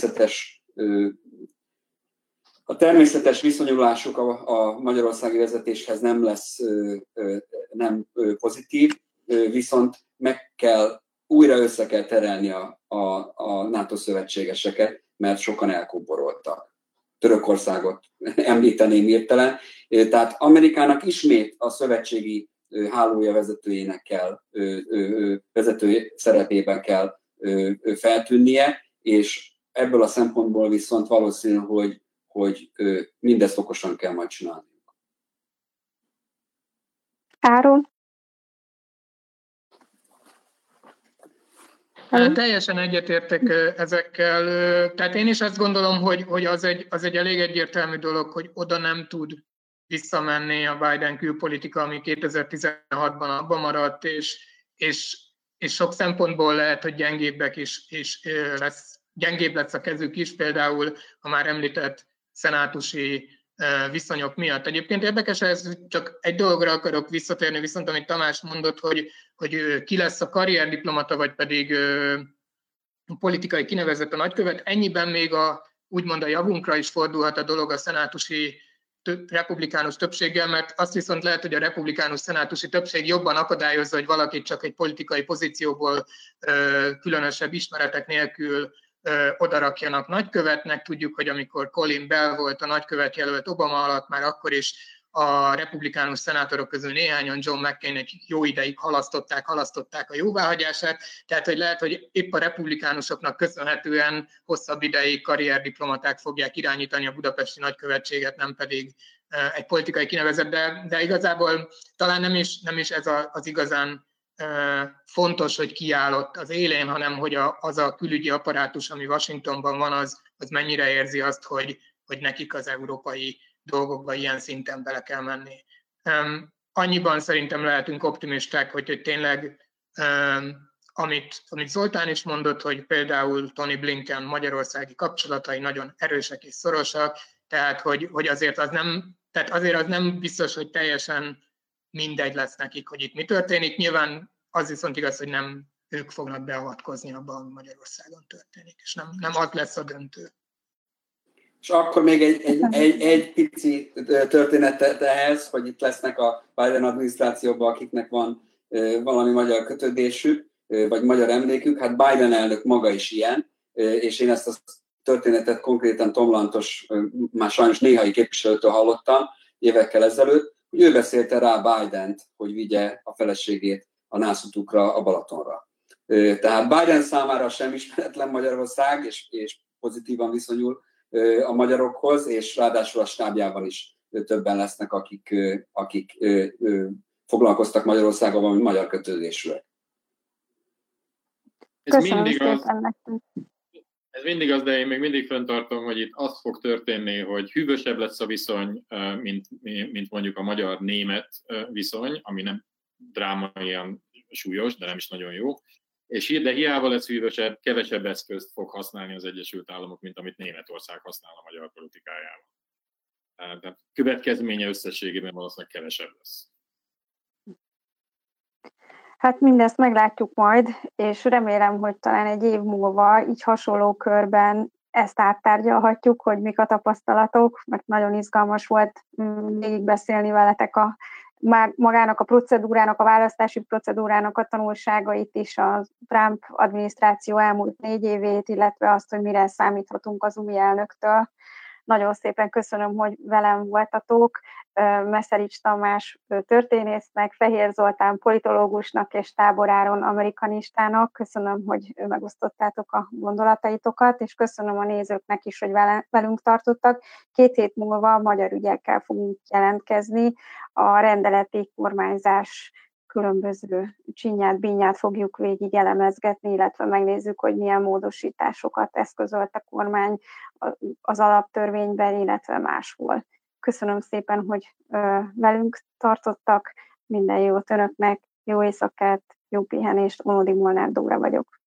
természetes viszonyulásuk a magyarországi vezetéshez nem lesz nem pozitív, viszont újra össze kell terelni a NATO szövetségeseket, mert sokan elkóboroltak. Törökországot említeném hirtelen. Tehát Amerikának ismét a szövetségi hálója vezetőjének kell, vezető szerepében kell feltűnnie, és ebből a szempontból viszont valószínű, hogy mindezt okosan kell majd csinálni. Áron? Teljesen egyetértek ezekkel. Tehát én is azt gondolom, hogy az egy elég egyértelmű dolog, hogy oda nem tud visszamenni a Biden külpolitika, ami 2016-ban abban maradt, és sok szempontból lehet, hogy gyengébb lesz a kezük is, például a már említett szenátusi viszonyok miatt. Egyébként érdekes, ez csak egy dologra akarok visszatérni, viszont amit Tamás mondott, hogy ki lesz a karrierdiplomata, vagy pedig politikai kinevezett a nagykövet, ennyiben még úgymond a javunkra is fordulhat a dolog a szenátusi republikánus többséggel, mert azt viszont lehet, hogy a republikánus szenátusi többség jobban akadályozza, hogy valakit csak egy politikai pozícióból különösebb ismeretek nélkül odarakjanak nagykövetnek. Tudjuk, hogy amikor Colin Bell volt a nagykövet jelölt Obama alatt, már akkor is a republikánus szenátorok közül néhányan John McCain-nek jó ideig halasztották a jóváhagyását, tehát hogy lehet, hogy épp a republikánusoknak köszönhetően hosszabb ideig karrierdiplomaták fogják irányítani a budapesti nagykövetséget, nem pedig egy politikai kinevezett, de igazából talán nem is ez az igazán fontos, hogy kiállott az élén, hanem hogy az a külügyi apparátus, ami Washingtonban van, az mennyire érzi azt, hogy nekik az európai dolgokba ilyen szinten bele kell menni. Annyiban szerintem lehetünk optimisták, hogy tényleg, amit Zoltán is mondott, hogy például Tony Blinken magyarországi kapcsolatai nagyon erősek és szorosak, tehát hogy azért az nem biztos, hogy teljesen mindegy lesz nekik, hogy itt mi történik. Nyilván az viszont igaz, hogy nem ők fognak beavatkozni abban, ami Magyarországon történik, és nem az lesz a döntő. És akkor még egy pici történet ehhez, hogy itt lesznek a Biden adminisztrációban, akiknek van valami magyar kötődésük, vagy magyar emlékük. Hát Biden elnök maga is ilyen, és én ezt a történetet konkrétan Tom Lantos, már sajnos néhai képviselőtől hallottam évekkel ezelőtt, hogy ő beszélte rá Bident, hogy vigye a feleségét a nászutukra, a Balatonra. Tehát Biden számára sem ismeretlen Magyarország, és pozitívan viszonyul a magyarokhoz, és ráadásul a stábjában is többen lesznek, akik foglalkoztak Magyarországgal, valami magyar kötődésűek. Ez mindig az, de én még mindig fenntartom, hogy itt az fog történni, hogy hűvösebb lesz a viszony, mint mondjuk a magyar-német viszony, ami nem drámaian súlyos, de nem is nagyon jó. De hiába lesz hűvösebb, kevesebb eszközt fog használni az Egyesült Államok, mint amit Németország használ a magyar politikájában. Tehát következménye összességében valószínűleg kevesebb lesz. Hát mindezt meglátjuk majd, és remélem, hogy talán egy év múlva így hasonló körben ezt áttárgyalhatjuk, hogy mik a tapasztalatok, mert nagyon izgalmas volt végigbeszélni veletek magának a procedúrának, a választási procedúrának a tanulságait is, a Trump adminisztráció elmúlt 4 évét, illetve azt, hogy mire számíthatunk az új elnöktől. Nagyon szépen köszönöm, hogy velem voltatok. Meszerics Tamás történésznek, Fehér Zoltán politológusnak és Tábor Áron amerikanistának. Köszönöm, hogy megosztottátok a gondolataitokat, és köszönöm a nézőknek is, hogy velünk tartottak. 2 hét múlva magyar ügyekkel fogunk jelentkezni. A rendeleti kormányzás különböző csinyát, bínyát fogjuk végig elemezgetni, illetve megnézzük, hogy milyen módosításokat eszközölt a kormány az alaptörvényben, illetve máshol. Köszönöm szépen, hogy velünk tartottak. Minden jót önöknek, jó éjszakát, jó pihenést. Ónodi Molnár Dóra vagyok.